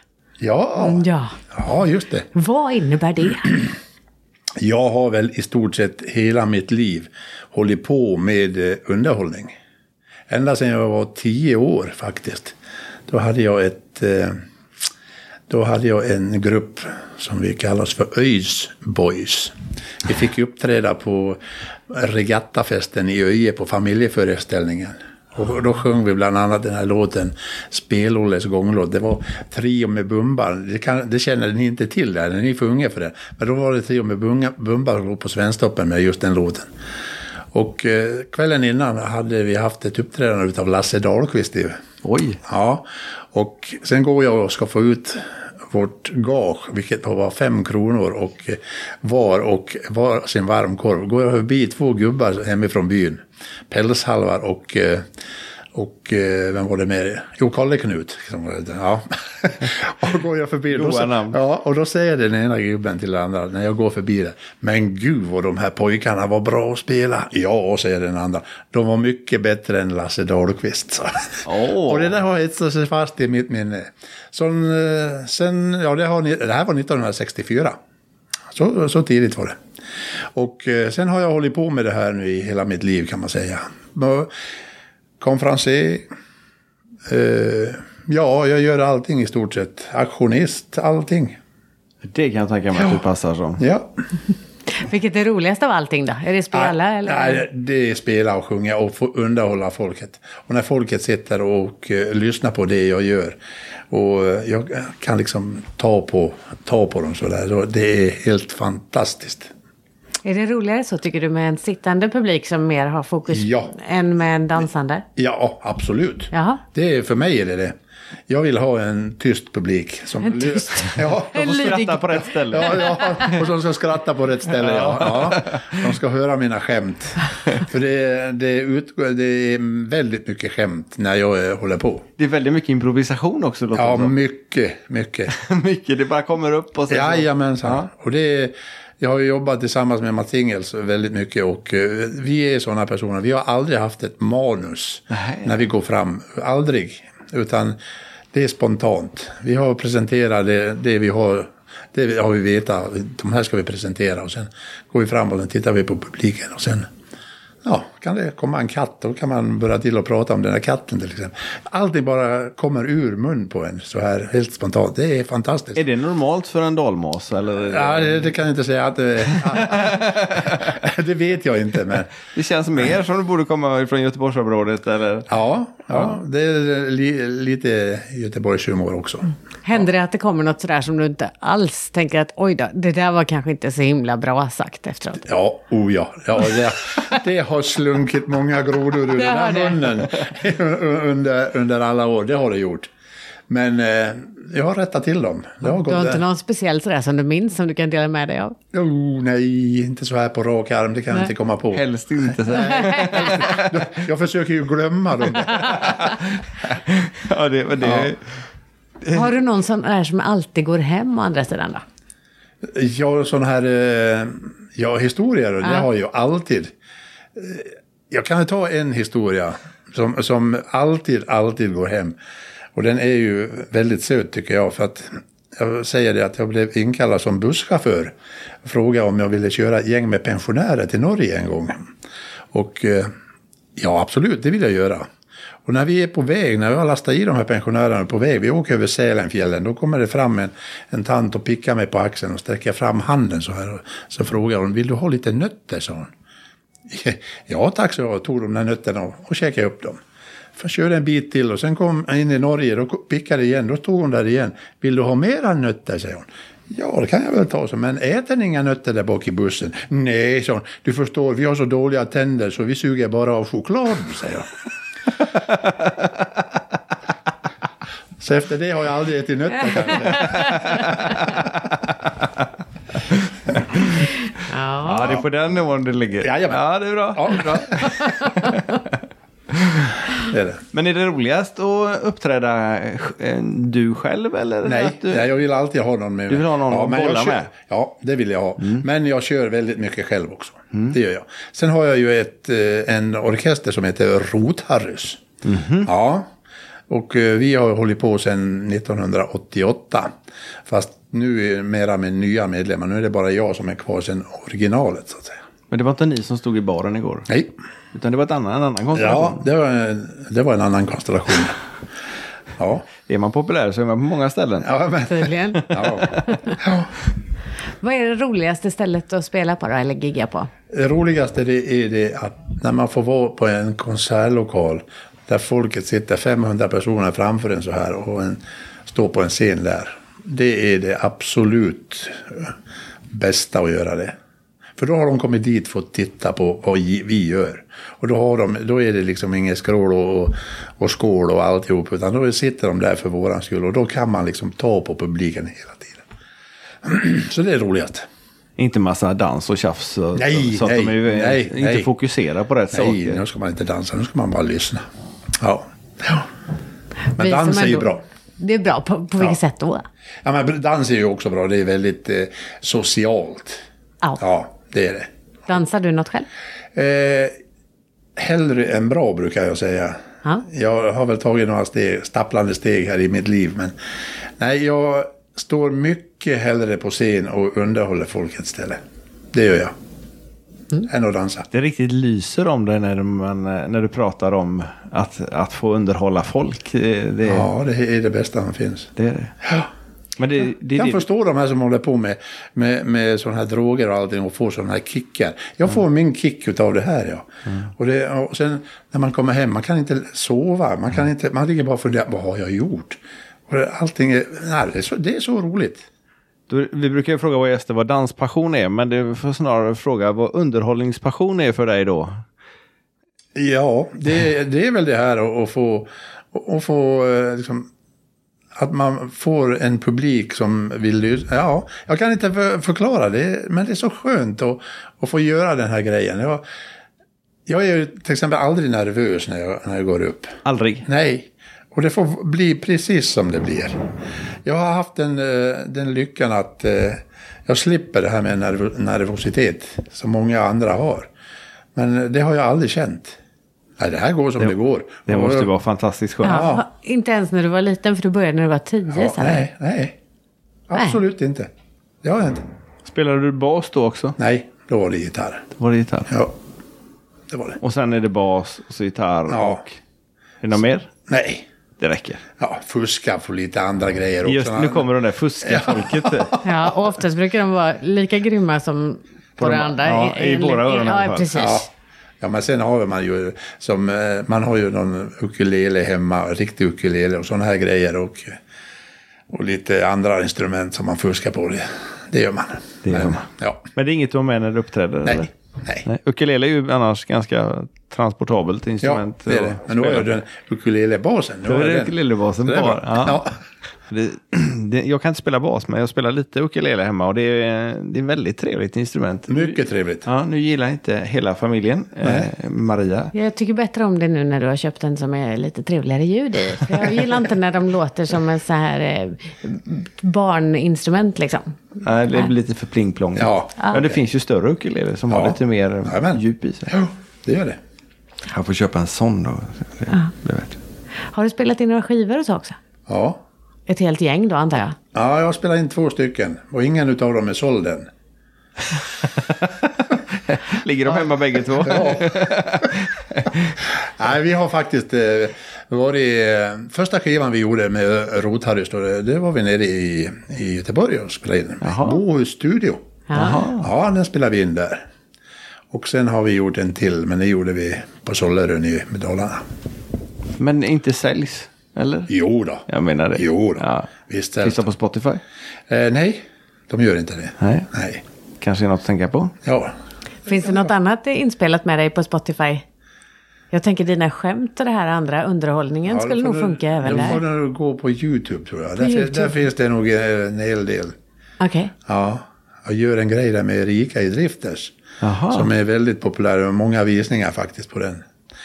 [SPEAKER 7] Ja, just det.
[SPEAKER 1] Vad innebär det?
[SPEAKER 7] Jag har väl i stort sett hela mitt liv hållit på med underhållning. Ända sedan jag var 10 år faktiskt. Då hade jag en grupp som vi kallas för Öjs Boys. Vi fick uppträda på regattafesten i Öje på familjeföreställningen. Och då sjöng vi bland annat den här låten Spelolles gånglåt. Det var Trio med Bumbar. Det känner ni inte till där, ni är för unga för det. Men då var det Trio med Bumbar på Svensktoppen med just den låten. Och kvällen innan hade vi haft ett uppträdande utav Lasse Dahlqvist.
[SPEAKER 2] Oj!
[SPEAKER 7] Ja, och sen går jag och ska få ut vårt gage, vilket var 5 kronor och var sin varmkorv. Går jag förbi 2 gubbar hemifrån byn, Pälshalvar och vem var det med? Jo, Kalle Knut. Ja. Och går jag förbi och då säger den ena gubben till den andra när jag går förbi det. Men gud vad de här pojkarna var bra att spela. Ja, säger den andra. De var mycket bättre än Lasse Dahlqvist. Och det där har etsat sig fast i mitt minne. Det här var 1964. Så tidigt var det. Och sen har jag hållit på med det här nu i hela mitt liv kan man säga. Konferenser. Jag gör allting i stort sett. Aktionist, allting.
[SPEAKER 2] Det kan jag tänka mig att du passar som.
[SPEAKER 7] Ja.
[SPEAKER 1] Vilket är roligast av allting då? Är det spela eller?
[SPEAKER 7] Nej, det är spela och sjunga och få underhålla folket. Och när folket sitter och lyssnar på det jag gör. Och jag kan liksom ta på dem sådär. Så det är helt fantastiskt.
[SPEAKER 1] Är det roligare så tycker du med en sittande publik som mer har fokus än med en dansande?
[SPEAKER 7] Ja, absolut.
[SPEAKER 1] Jaha.
[SPEAKER 7] För mig är det. Jag vill ha en tyst publik. Som
[SPEAKER 1] tyst?
[SPEAKER 7] Ja,
[SPEAKER 2] de får skratta på rätt ställe.
[SPEAKER 7] Ja, och som ska skratta på rätt ställe, ja. De ska höra mina skämt. För det är väldigt mycket skämt när jag håller på.
[SPEAKER 2] Det är väldigt mycket improvisation också.
[SPEAKER 7] Ja, mycket.
[SPEAKER 2] Mycket, det bara kommer upp och så.
[SPEAKER 7] Jajamensan. Ja. Och jag har jobbat tillsammans med Mats Ingels väldigt mycket och vi är sådana personer. Vi har aldrig haft ett manus när vi går fram. Aldrig. Utan det är spontant. Vi har presenterat det vi har. Det har vi vetat. De här ska vi presentera. Och sen går vi fram och sen tittar vi på publiken. Och sen kan det komma en katt. Då kan man börja till och prata om den här katten till exempel. Allting bara kommer ur mun på en så här helt spontant. Det är fantastiskt.
[SPEAKER 2] Är det normalt för en dalmas? Eller?
[SPEAKER 7] Ja, det kan jag inte säga att det är. Det vet jag inte, men...
[SPEAKER 2] Det känns mer som du borde komma från Göteborgsområdet, eller?
[SPEAKER 7] Ja, det är lite Göteborgshumor också.
[SPEAKER 1] Händer det att det kommer något sådär som du inte alls tänker att oj då, det där var kanske inte så himla bra sagt efteråt?
[SPEAKER 7] Ja, det har slunkit många grodor ur den här munnen under alla år, det har det gjort. Men jag har rättat till dem.
[SPEAKER 1] Du har inte någon speciell sådär som du minns som du kan dela med dig av?
[SPEAKER 7] Nej, inte så här på rak arm, det kan jag inte komma på.
[SPEAKER 2] Helst inte. Så.
[SPEAKER 7] Jag försöker ju glömma dem.
[SPEAKER 2] Ja, det.
[SPEAKER 1] Har du någon sån där som alltid går hem å andra sidan då?
[SPEAKER 7] Ja, sån här historier, det har jag ju alltid. Jag kan ta en historia som alltid går hem. Och den är ju väldigt söt tycker jag, för att jag säger det att jag blev inkallad som busschaufför. Frågade om jag ville köra ett gäng med pensionärer till Norge en gång. Och ja, absolut, det vill jag göra. Och när vi är på väg, när vi har lastat i de här pensionärerna på väg, vi åker över Sälenfjällen, då kommer det fram en tant och pickar mig på axeln och sträcker fram handen så här. Så frågar hon, vill du ha lite nötter, sa hon. Ja tack, så jag tog de där nötterna och käkade upp dem. För jag körde en bit till och sen kom jag in i Norge, då pickade igen, då stod hon där igen. Vill du ha mera nötter, säger hon. Ja, det kan jag väl ta så, men äter ni inga nötter där bak i bussen? Nej, sa hon, du förstår, vi har så dåliga tänder så vi suger bara av choklad, säger jag. Så efter det har jag aldrig ätit nötter kanske.
[SPEAKER 2] Ja, det är på den nivån det ligger. Ja, det är bra.
[SPEAKER 7] Ja, bra. Det är det.
[SPEAKER 2] Men är det roligast att uppträda du själv eller?
[SPEAKER 7] Nej, jag vill alltid ha någon med mig.
[SPEAKER 2] Du vill ha någon att bolla med? Ja,
[SPEAKER 7] det vill jag ha. Men jag kör väldigt mycket själv också. Det gör jag. Sen har jag ju en orkester som heter Rotharrys. Ja, och vi har hållit på sedan 1988. Fast nu är mera med nya medlemmar. Nu är det bara jag som är kvar sedan originalet så att säga.
[SPEAKER 2] Men det var inte ni som stod i baren igår?
[SPEAKER 7] Nej.
[SPEAKER 2] Utan det var en annan konstellation?
[SPEAKER 7] Ja, det var en annan konstellation. Ja.
[SPEAKER 2] Är man populär så är man på många ställen.
[SPEAKER 7] Ja, men...
[SPEAKER 1] Tydligen.
[SPEAKER 7] Ja.
[SPEAKER 1] Vad är det roligaste stället att spela på då, eller gigga på?
[SPEAKER 7] Det roligaste är det att när man får vara på en konsertlokal där folket sitter 500 personer framför en så här och står på en scen där. Det är det absolut bästa att göra det. För då har de kommit dit för att titta på vad vi gör. Och då är det liksom ingen skrål och skål och alltihop. Utan då sitter de där för våran skull. Och då kan man liksom ta på publiken hela tiden. Så det är roligt.
[SPEAKER 2] Inte massa dans och tjafs. Så att de inte fokuserar på rätt saker.
[SPEAKER 7] Nej, nu ska man inte dansa. Nu ska man bara lyssna. Ja. Men dans är ju bra.
[SPEAKER 1] Det är bra. På vilket sätt då?
[SPEAKER 7] Ja, men dans är ju också bra. Det är väldigt socialt. Ja, det är det.
[SPEAKER 1] Dansar du något själv?
[SPEAKER 7] Hellre än bra brukar jag säga. Ja. Jag har väl tagit några stapplande steg här i mitt liv. Men nej, jag står mycket hellre på scen och underhåller folket ställe. Det gör jag. Än att dansa.
[SPEAKER 2] Det riktigt lyser om det när du pratar om att få underhålla folk.
[SPEAKER 7] Ja, det är det bästa som finns.
[SPEAKER 2] Det är det.
[SPEAKER 7] Ja.
[SPEAKER 2] Men det
[SPEAKER 7] jag förstår de här som håller på med sådana här droger och allting och får sådana här kickar. Jag får min kick utav det här, ja. Och sen när man kommer hem, man kan inte sova. Man ligger bara och funderar, vad har jag gjort? Och allting det är så roligt.
[SPEAKER 2] Vi brukar ju fråga våra gäster vad danspassion är, men det får snarare fråga vad underhållningspassion är för dig då.
[SPEAKER 7] Ja, det är väl det här att få liksom, att man får en publik som vill lyssna. Ja, jag kan inte förklara det, men det är så skönt att få göra den här grejen. Jag är ju till exempel aldrig nervös när jag går upp.
[SPEAKER 2] Aldrig?
[SPEAKER 7] Nej, och det får bli precis som det blir. Jag har haft den lyckan att jag slipper det här med nervositet som många andra har. Men det har jag aldrig känt. Nej, det här går som det går.
[SPEAKER 2] Det måste vara fantastiskt skönt.
[SPEAKER 1] Ja, inte ens när du var liten, för du började när du var 10.
[SPEAKER 7] Ja, nej. Absolut inte. Det har jag inte.
[SPEAKER 2] Spelade du bas då också?
[SPEAKER 7] Nej, då var det gitarr.
[SPEAKER 2] Ja,
[SPEAKER 7] det var det.
[SPEAKER 2] Och sen är det bas och så gitarr och... Är det något mer?
[SPEAKER 7] Nej.
[SPEAKER 2] Det räcker.
[SPEAKER 7] Ja, fuska för lite andra grejer också.
[SPEAKER 2] Just nu kommer de där fuska-folket.
[SPEAKER 1] Ja, och oftast brukar de vara lika grymma som på det andra.
[SPEAKER 2] Ja, i våra öron i alla
[SPEAKER 1] Ja,
[SPEAKER 2] fall.
[SPEAKER 1] precis.
[SPEAKER 7] Ja, men sen har man ju man har ju någon ukulele hemma, riktig ukulele och sådana här grejer och lite andra instrument som man fuskar på. Det gör man. Ja.
[SPEAKER 2] Men det är inget du har med när du uppträder?
[SPEAKER 7] Nej.
[SPEAKER 2] Eller?
[SPEAKER 7] Nej.
[SPEAKER 2] Ukulele är ju annars ganska transportabelt instrument.
[SPEAKER 7] Ja, det är det. Men då är den ukulelebasen.
[SPEAKER 2] Då är det ukulelebasen bara.
[SPEAKER 7] Ja.
[SPEAKER 2] Jag kan inte spela bas, men jag spelar lite ukulele hemma och det är väldigt trevligt instrument.
[SPEAKER 7] Mycket trevligt.
[SPEAKER 2] Ja, nu gillar inte hela familjen Maria.
[SPEAKER 1] Jag tycker bättre om det nu när du har köpt en som är lite trevligare ljud i. För jag gillar inte när de låter som en så här barninstrument liksom.
[SPEAKER 2] Nej, det blir lite för plingplong.
[SPEAKER 7] Ja.
[SPEAKER 2] Det finns ju större ukulele som har lite mer djup i sig.
[SPEAKER 7] Ja, det gör det.
[SPEAKER 2] Jag får köpa en sån då. Det vet.
[SPEAKER 1] Har du spelat in några skivor och så också?
[SPEAKER 7] Ja.
[SPEAKER 1] Ett helt gäng då, antar jag?
[SPEAKER 7] Ja, jag har spelat in 2 stycken. Och ingen utav dem är såld än.
[SPEAKER 2] Ligger de hemma bägge två?
[SPEAKER 7] Ja. Nej, vi har faktiskt varit... Första skivan vi gjorde med Rotharrys, det var vi nere i Göteborg och spelade in. Bohus studio. Ja, den spelade vi in där. Och sen har vi gjort en till, men det gjorde vi på Sollerön i Dalarna.
[SPEAKER 2] Men inte säljs, eller?
[SPEAKER 7] Jo då.
[SPEAKER 2] Jag menar det.
[SPEAKER 7] Jo då.
[SPEAKER 2] Ja.
[SPEAKER 7] Visst.
[SPEAKER 2] Finns det på Spotify?
[SPEAKER 7] Nej, de gör inte det.
[SPEAKER 2] Nej. Kanske är något att tänka på?
[SPEAKER 7] Ja.
[SPEAKER 1] Finns det något annat inspelat med dig på Spotify? Jag tänker dina skämt och det här andra underhållningen skulle nog funka även där.
[SPEAKER 7] Då får du gå på YouTube, tror jag. Där finns det nog en hel del.
[SPEAKER 1] Okej.
[SPEAKER 7] Ja, jag gör en grej där med Erika i Drifters. Som är väldigt populär och många visningar faktiskt på den.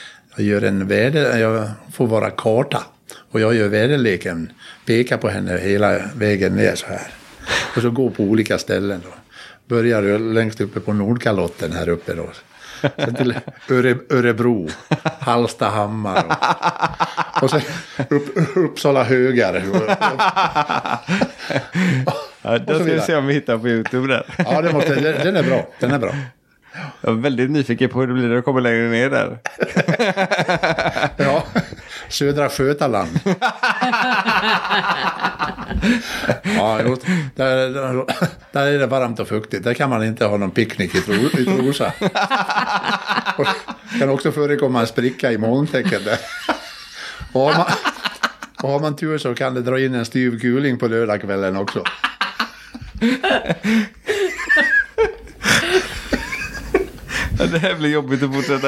[SPEAKER 7] Jag får vara karta. Och jag gör väderleken, pekar på henne hela vägen ner så här. Och så går på olika ställen då. Börjar längst uppe på Nordkalotten här uppe då. Sen till Örebro, Hallstahammar och sen Uppsala högar.
[SPEAKER 2] Det ska vi se om vi hittar på YouTube där.
[SPEAKER 7] Ja, den är bra. Den är bra.
[SPEAKER 2] Jag är väldigt nyfiken på hur det blir när du kommer längre ner där.
[SPEAKER 7] Ja, södra Skötaland. Ja, där är det varmt och fuktigt. Där kan man inte ha någon picknick i Trosa. Och det kan också förekomma en spricka i molntäcket där. Och har man tur så kan det dra in en styv kuling på lördagskvällen också.
[SPEAKER 2] Det här blir jobbigt att fortsätta.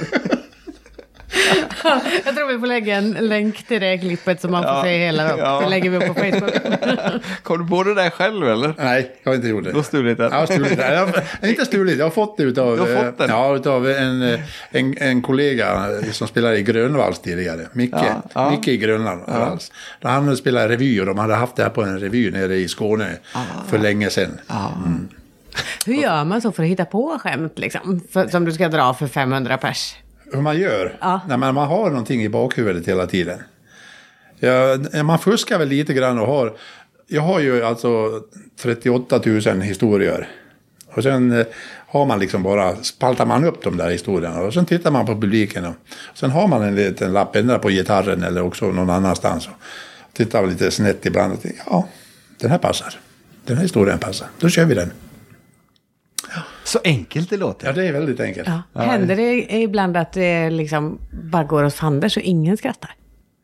[SPEAKER 1] Jag tror vi får lägga en länk till det klippet som man får se hela då. Ja. Det lägger vi upp på Facebook.
[SPEAKER 2] Kom du på det där själv eller?
[SPEAKER 7] Nej, jag har inte gjort det.
[SPEAKER 2] Du har stulit det?
[SPEAKER 7] Jag har stulit det. Jag har inte stulit, jag har fått det utav en kollega som spelade i Grönvalls tidigare. Micke i Grönvalls. Då han spelade revy och de hade haft det här på en revy nere i Skåne för länge sedan. Mm.
[SPEAKER 1] Hur gör man så för att hitta på skämt liksom? Som du ska dra för 500 pers?
[SPEAKER 7] Hur man gör? När man har någonting i bakhuvudet hela tiden. Man fuskar väl lite grann och jag har ju alltså 38 000 historier. Och sen har man liksom bara, spaltar man upp de där historierna och sen tittar man på publiken. Och sen har man en liten lapp ändå på gitarren eller också någon annanstans. Och tittar lite snett ibland och tänker, ja, den här passar. Den här historien passar. Då kör vi den.
[SPEAKER 2] Så enkelt det låter.
[SPEAKER 7] Ja, det är väldigt enkelt.
[SPEAKER 1] Ja. Händer det ibland att det liksom bara går åt fander så ingen skrattar?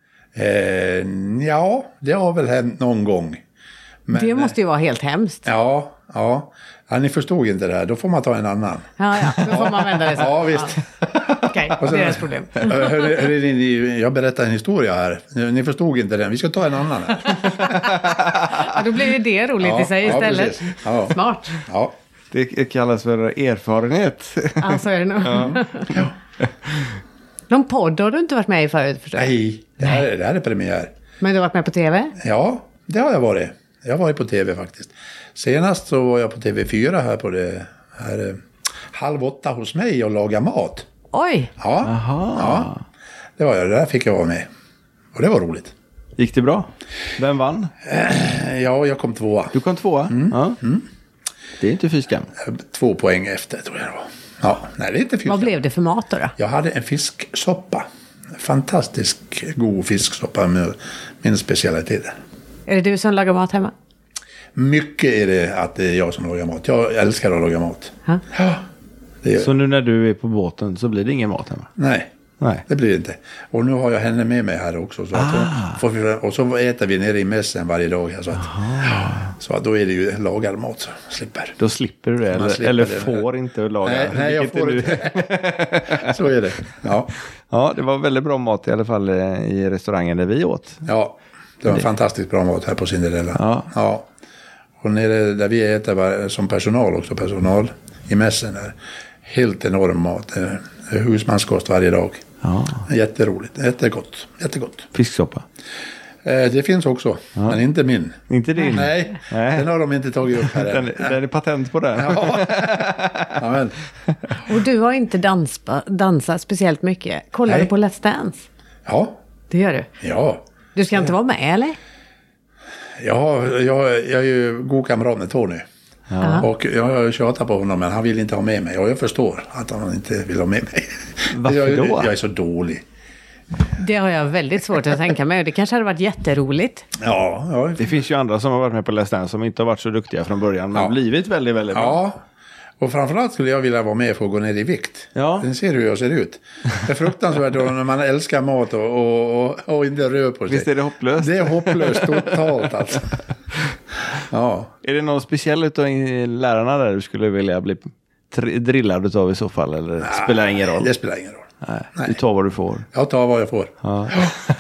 [SPEAKER 7] Ja, det har väl hänt någon gång. Men,
[SPEAKER 1] det måste ju vara helt hemskt.
[SPEAKER 7] Ja, ni förstod inte det här. Då får man ta en annan.
[SPEAKER 1] Ja, då får man vända det så.
[SPEAKER 7] Ja, visst.
[SPEAKER 1] Okej, det är ett problem.
[SPEAKER 7] Jag berättar en historia här. Ni förstod inte den. Vi ska ta en annan här.
[SPEAKER 1] Ja, då blir ju det roligt i sig istället.
[SPEAKER 7] Ja.
[SPEAKER 1] Smart.
[SPEAKER 7] Ja.
[SPEAKER 2] Det kallas för erfarenhet.
[SPEAKER 1] Ja, så är det nog. Ja. Någon podd har du inte varit med i förut, förstår jag?
[SPEAKER 7] Nej, det här är premiär.
[SPEAKER 1] Men du har varit med på tv?
[SPEAKER 7] Ja, det har jag varit. Jag har varit på tv faktiskt. Senast så var jag på TV4 här på det här 7:30 hos mig och laga mat.
[SPEAKER 1] Oj!
[SPEAKER 7] Ja, det var jag. Där fick jag vara med. Och det var roligt.
[SPEAKER 2] Gick det bra? Vem vann?
[SPEAKER 7] Ja, jag kom 2.
[SPEAKER 2] Du kom 2? Ja. Det är inte fyskam.
[SPEAKER 7] 2 poäng efter tror jag det var. Ja, nej det är inte fyskam.
[SPEAKER 1] Vad blev det för mat då?
[SPEAKER 7] Jag hade en fisksoppa. Fantastisk god fisksoppa med min specialitet.
[SPEAKER 1] Är det du som lagar mat hemma?
[SPEAKER 7] mycket är det att det är jag som lagar mat. Jag älskar att laga mat.
[SPEAKER 1] Ja.
[SPEAKER 7] Ja, det gör
[SPEAKER 2] Så nu när du är på båten så blir det ingen mat hemma?
[SPEAKER 7] Nej.
[SPEAKER 2] Nej.
[SPEAKER 7] Det blir det inte. Och nu har jag henne med mig här också. Så och så äter vi nere i mässen varje dag. Så att då är det ju lagad mat så slipper.
[SPEAKER 2] Då slipper du det, eller får inte laga.
[SPEAKER 7] Nej, jag får inte. Så är det. Ja.
[SPEAKER 2] Ja, det var väldigt bra mat i alla fall i restaurangen där vi åt.
[SPEAKER 7] Ja, det var fantastiskt bra mat här på Cinderella.
[SPEAKER 2] Ja.
[SPEAKER 7] Och nere där vi äter som personal i mässen där. Helt enorm mat. Husmanskost varje dag.
[SPEAKER 2] Ja.
[SPEAKER 7] Jätteroligt. Jättegott.
[SPEAKER 2] Fisksoppa?
[SPEAKER 7] Det finns också, men inte min.
[SPEAKER 2] Inte din?
[SPEAKER 7] Nej, den har de inte tagit upp här.
[SPEAKER 2] Den är patent på det.
[SPEAKER 7] Ja, men.
[SPEAKER 1] Och du har inte dansat speciellt mycket. Kollar du på Let's Dance?
[SPEAKER 7] Ja.
[SPEAKER 1] Det gör du?
[SPEAKER 7] Ja.
[SPEAKER 1] Du ska inte vara med, eller?
[SPEAKER 7] Ja, jag är ju god kamrat med Tony. Ja. Och jag tjatar på honom, men han vill inte ha med mig. Och jag förstår att han inte vill ha med mig.
[SPEAKER 2] Varför då?
[SPEAKER 7] Jag är så dålig.
[SPEAKER 1] Det har jag väldigt svårt att tänka mig. Det kanske hade varit jätteroligt.
[SPEAKER 7] Ja.
[SPEAKER 2] Det finns ju andra som har varit med på Let's Dance som inte har varit så duktiga från början. Men blivit väldigt, väldigt bra.
[SPEAKER 7] Ja. Och framförallt skulle jag vilja vara med för att gå ner i vikt.
[SPEAKER 2] Ja.
[SPEAKER 7] Den ser hur jag ser ut. Det är fruktansvärt när man älskar mat och inte rör på sig.
[SPEAKER 2] Visst är det hopplöst?
[SPEAKER 7] Det är hopplöst totalt alltså. Ja.
[SPEAKER 2] Är det någon speciell utav lärarna där du skulle vilja bli drillad utav i så fall? Eller spelar ingen roll?
[SPEAKER 7] Det spelar ingen roll.
[SPEAKER 2] Nej. Du tar vad du får.
[SPEAKER 7] Jag tar vad jag får.
[SPEAKER 2] Ja.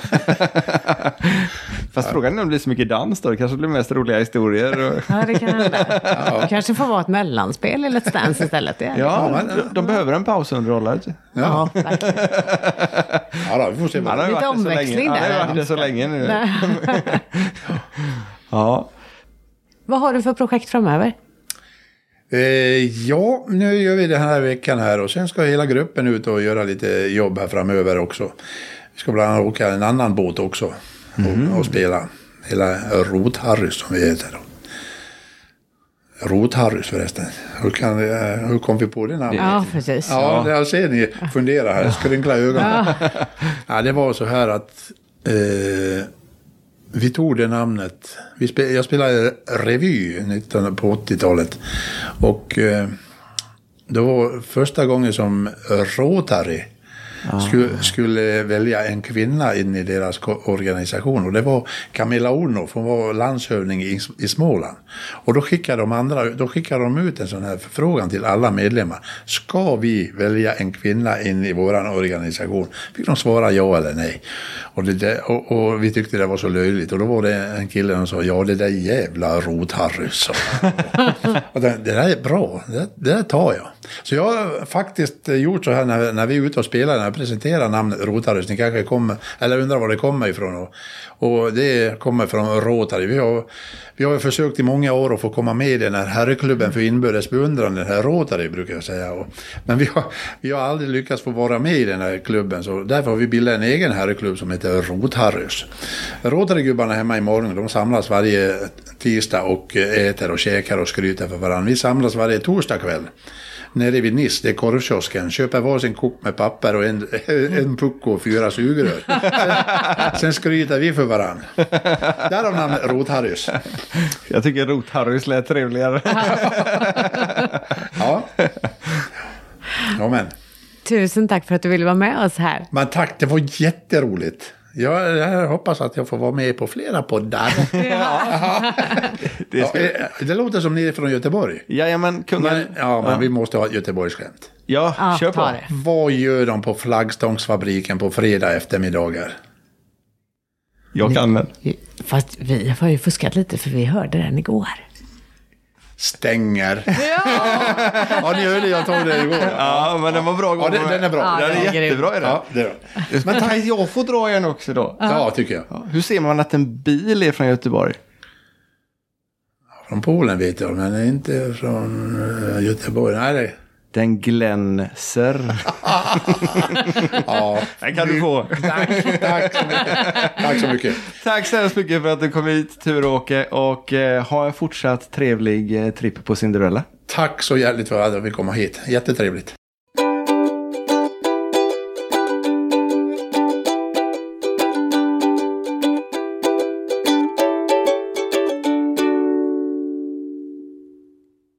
[SPEAKER 2] Fast frågan är om det blir så mycket dans då. Det kanske blir mest roliga historier.
[SPEAKER 1] Ja, det kan hända. Det kanske får vara ett mellanspel eller ett Dance istället.
[SPEAKER 2] Ja, de behöver en pausunderhållare.
[SPEAKER 1] Ja, verkligen.
[SPEAKER 7] Ja då, vi får se.
[SPEAKER 2] Han har ju
[SPEAKER 1] lite omväxling där.
[SPEAKER 2] Han har varit det så länge nu. Ja.
[SPEAKER 1] Vad har du för projekt framöver?
[SPEAKER 7] Ja, nu gör vi det här veckan här och sen ska hela gruppen ut och göra lite jobb här framöver också. Vi ska bland annat åka en annan båt också och spela hela Rot-Harrys som vi heter då. Rot-Harrys förresten. Hur kom vi på det namnet?
[SPEAKER 1] Ja, precis.
[SPEAKER 7] Ja, det ser ni fundera här. Skrynkla ögonen. Ja, det var så här att vi tog det namnet. Jag spelade revy på 80-talet. Och det var första gången som Rotary skulle välja en kvinna in i deras organisation. Och det var Camilla Ornoff, hon var landshövding i Småland. Och då skickade de ut en sån här förfrågan till alla medlemmar. Ska vi välja en kvinna in i våran organisation? Fick de svara ja eller nej. Och vi tyckte det var så löjligt. Och då var det en kille som sa, ja det där jävla Rot-Harrys. Och det där är bra, det där tar jag. Så jag har faktiskt gjort så här när vi är ute och spelar, när jag presenterar namnet Rot-Harrys. Ni kanske kommer, eller undrar var det kommer ifrån. Och det kommer från Rotary. Vi har försökt i många år att få komma med i den här herreklubben för inbördes beundran, den här Rotary brukar jag säga. Men vi har aldrig lyckats få vara med i den här klubben, så därför har vi bildat en egen herreklubb som heter Rot-Harrys. Rotarygubbarna hemma i morgon, de samlas varje tisdag och äter och käkar och skryter för varandra. Vi samlas varje torsdag kväll nere vid Niss, det är korvkiosken, köper varsin kok med papper och en pucko och 4 sugrör. Sen skryter vi för varann. Där har namnet Rot-Harrys.
[SPEAKER 2] Jag tycker Rot-Harrys lät trevligare.
[SPEAKER 7] Ja. Ja, men.
[SPEAKER 1] Tusen tack för att du ville vara med oss här.
[SPEAKER 7] Men tack, det var jätteroligt. Jag hoppas att jag får vara med på flera poddar. Det låter som ni är från Göteborg.
[SPEAKER 2] Jajamän, kungen.
[SPEAKER 7] Men vi måste ha ett Göteborgsskämt.
[SPEAKER 2] Ja, kör på.
[SPEAKER 7] Vad gör de på flaggstångsfabriken på fredag eftermiddagar?
[SPEAKER 2] Jag kan den.
[SPEAKER 1] Fast vi har ju fuskat lite för vi hörde den igår.
[SPEAKER 7] Stänger. Ja, ni hörde, jag tog det igår.
[SPEAKER 2] Ja, men den var bra.
[SPEAKER 7] Ja, den är bra.
[SPEAKER 2] Ja, den är jättebra i det.
[SPEAKER 7] Ja, det är det.
[SPEAKER 2] Men tack, jag får dra en också då.
[SPEAKER 7] Ja, tycker jag.
[SPEAKER 2] Ja. Hur ser man att en bil är från Göteborg?
[SPEAKER 7] Från Polen vet jag, men inte från Göteborg. Nej, det.
[SPEAKER 2] Den glänser.
[SPEAKER 7] Ja,
[SPEAKER 2] den kan du få.
[SPEAKER 7] Tack så mycket.
[SPEAKER 2] Tack så hemskt mycket för att du kom hit, Tur-Åke, och ha en fortsatt trevlig tripp på Cinderella.
[SPEAKER 7] Tack så hjärtligt för att vi kom hit. Jättetrevligt.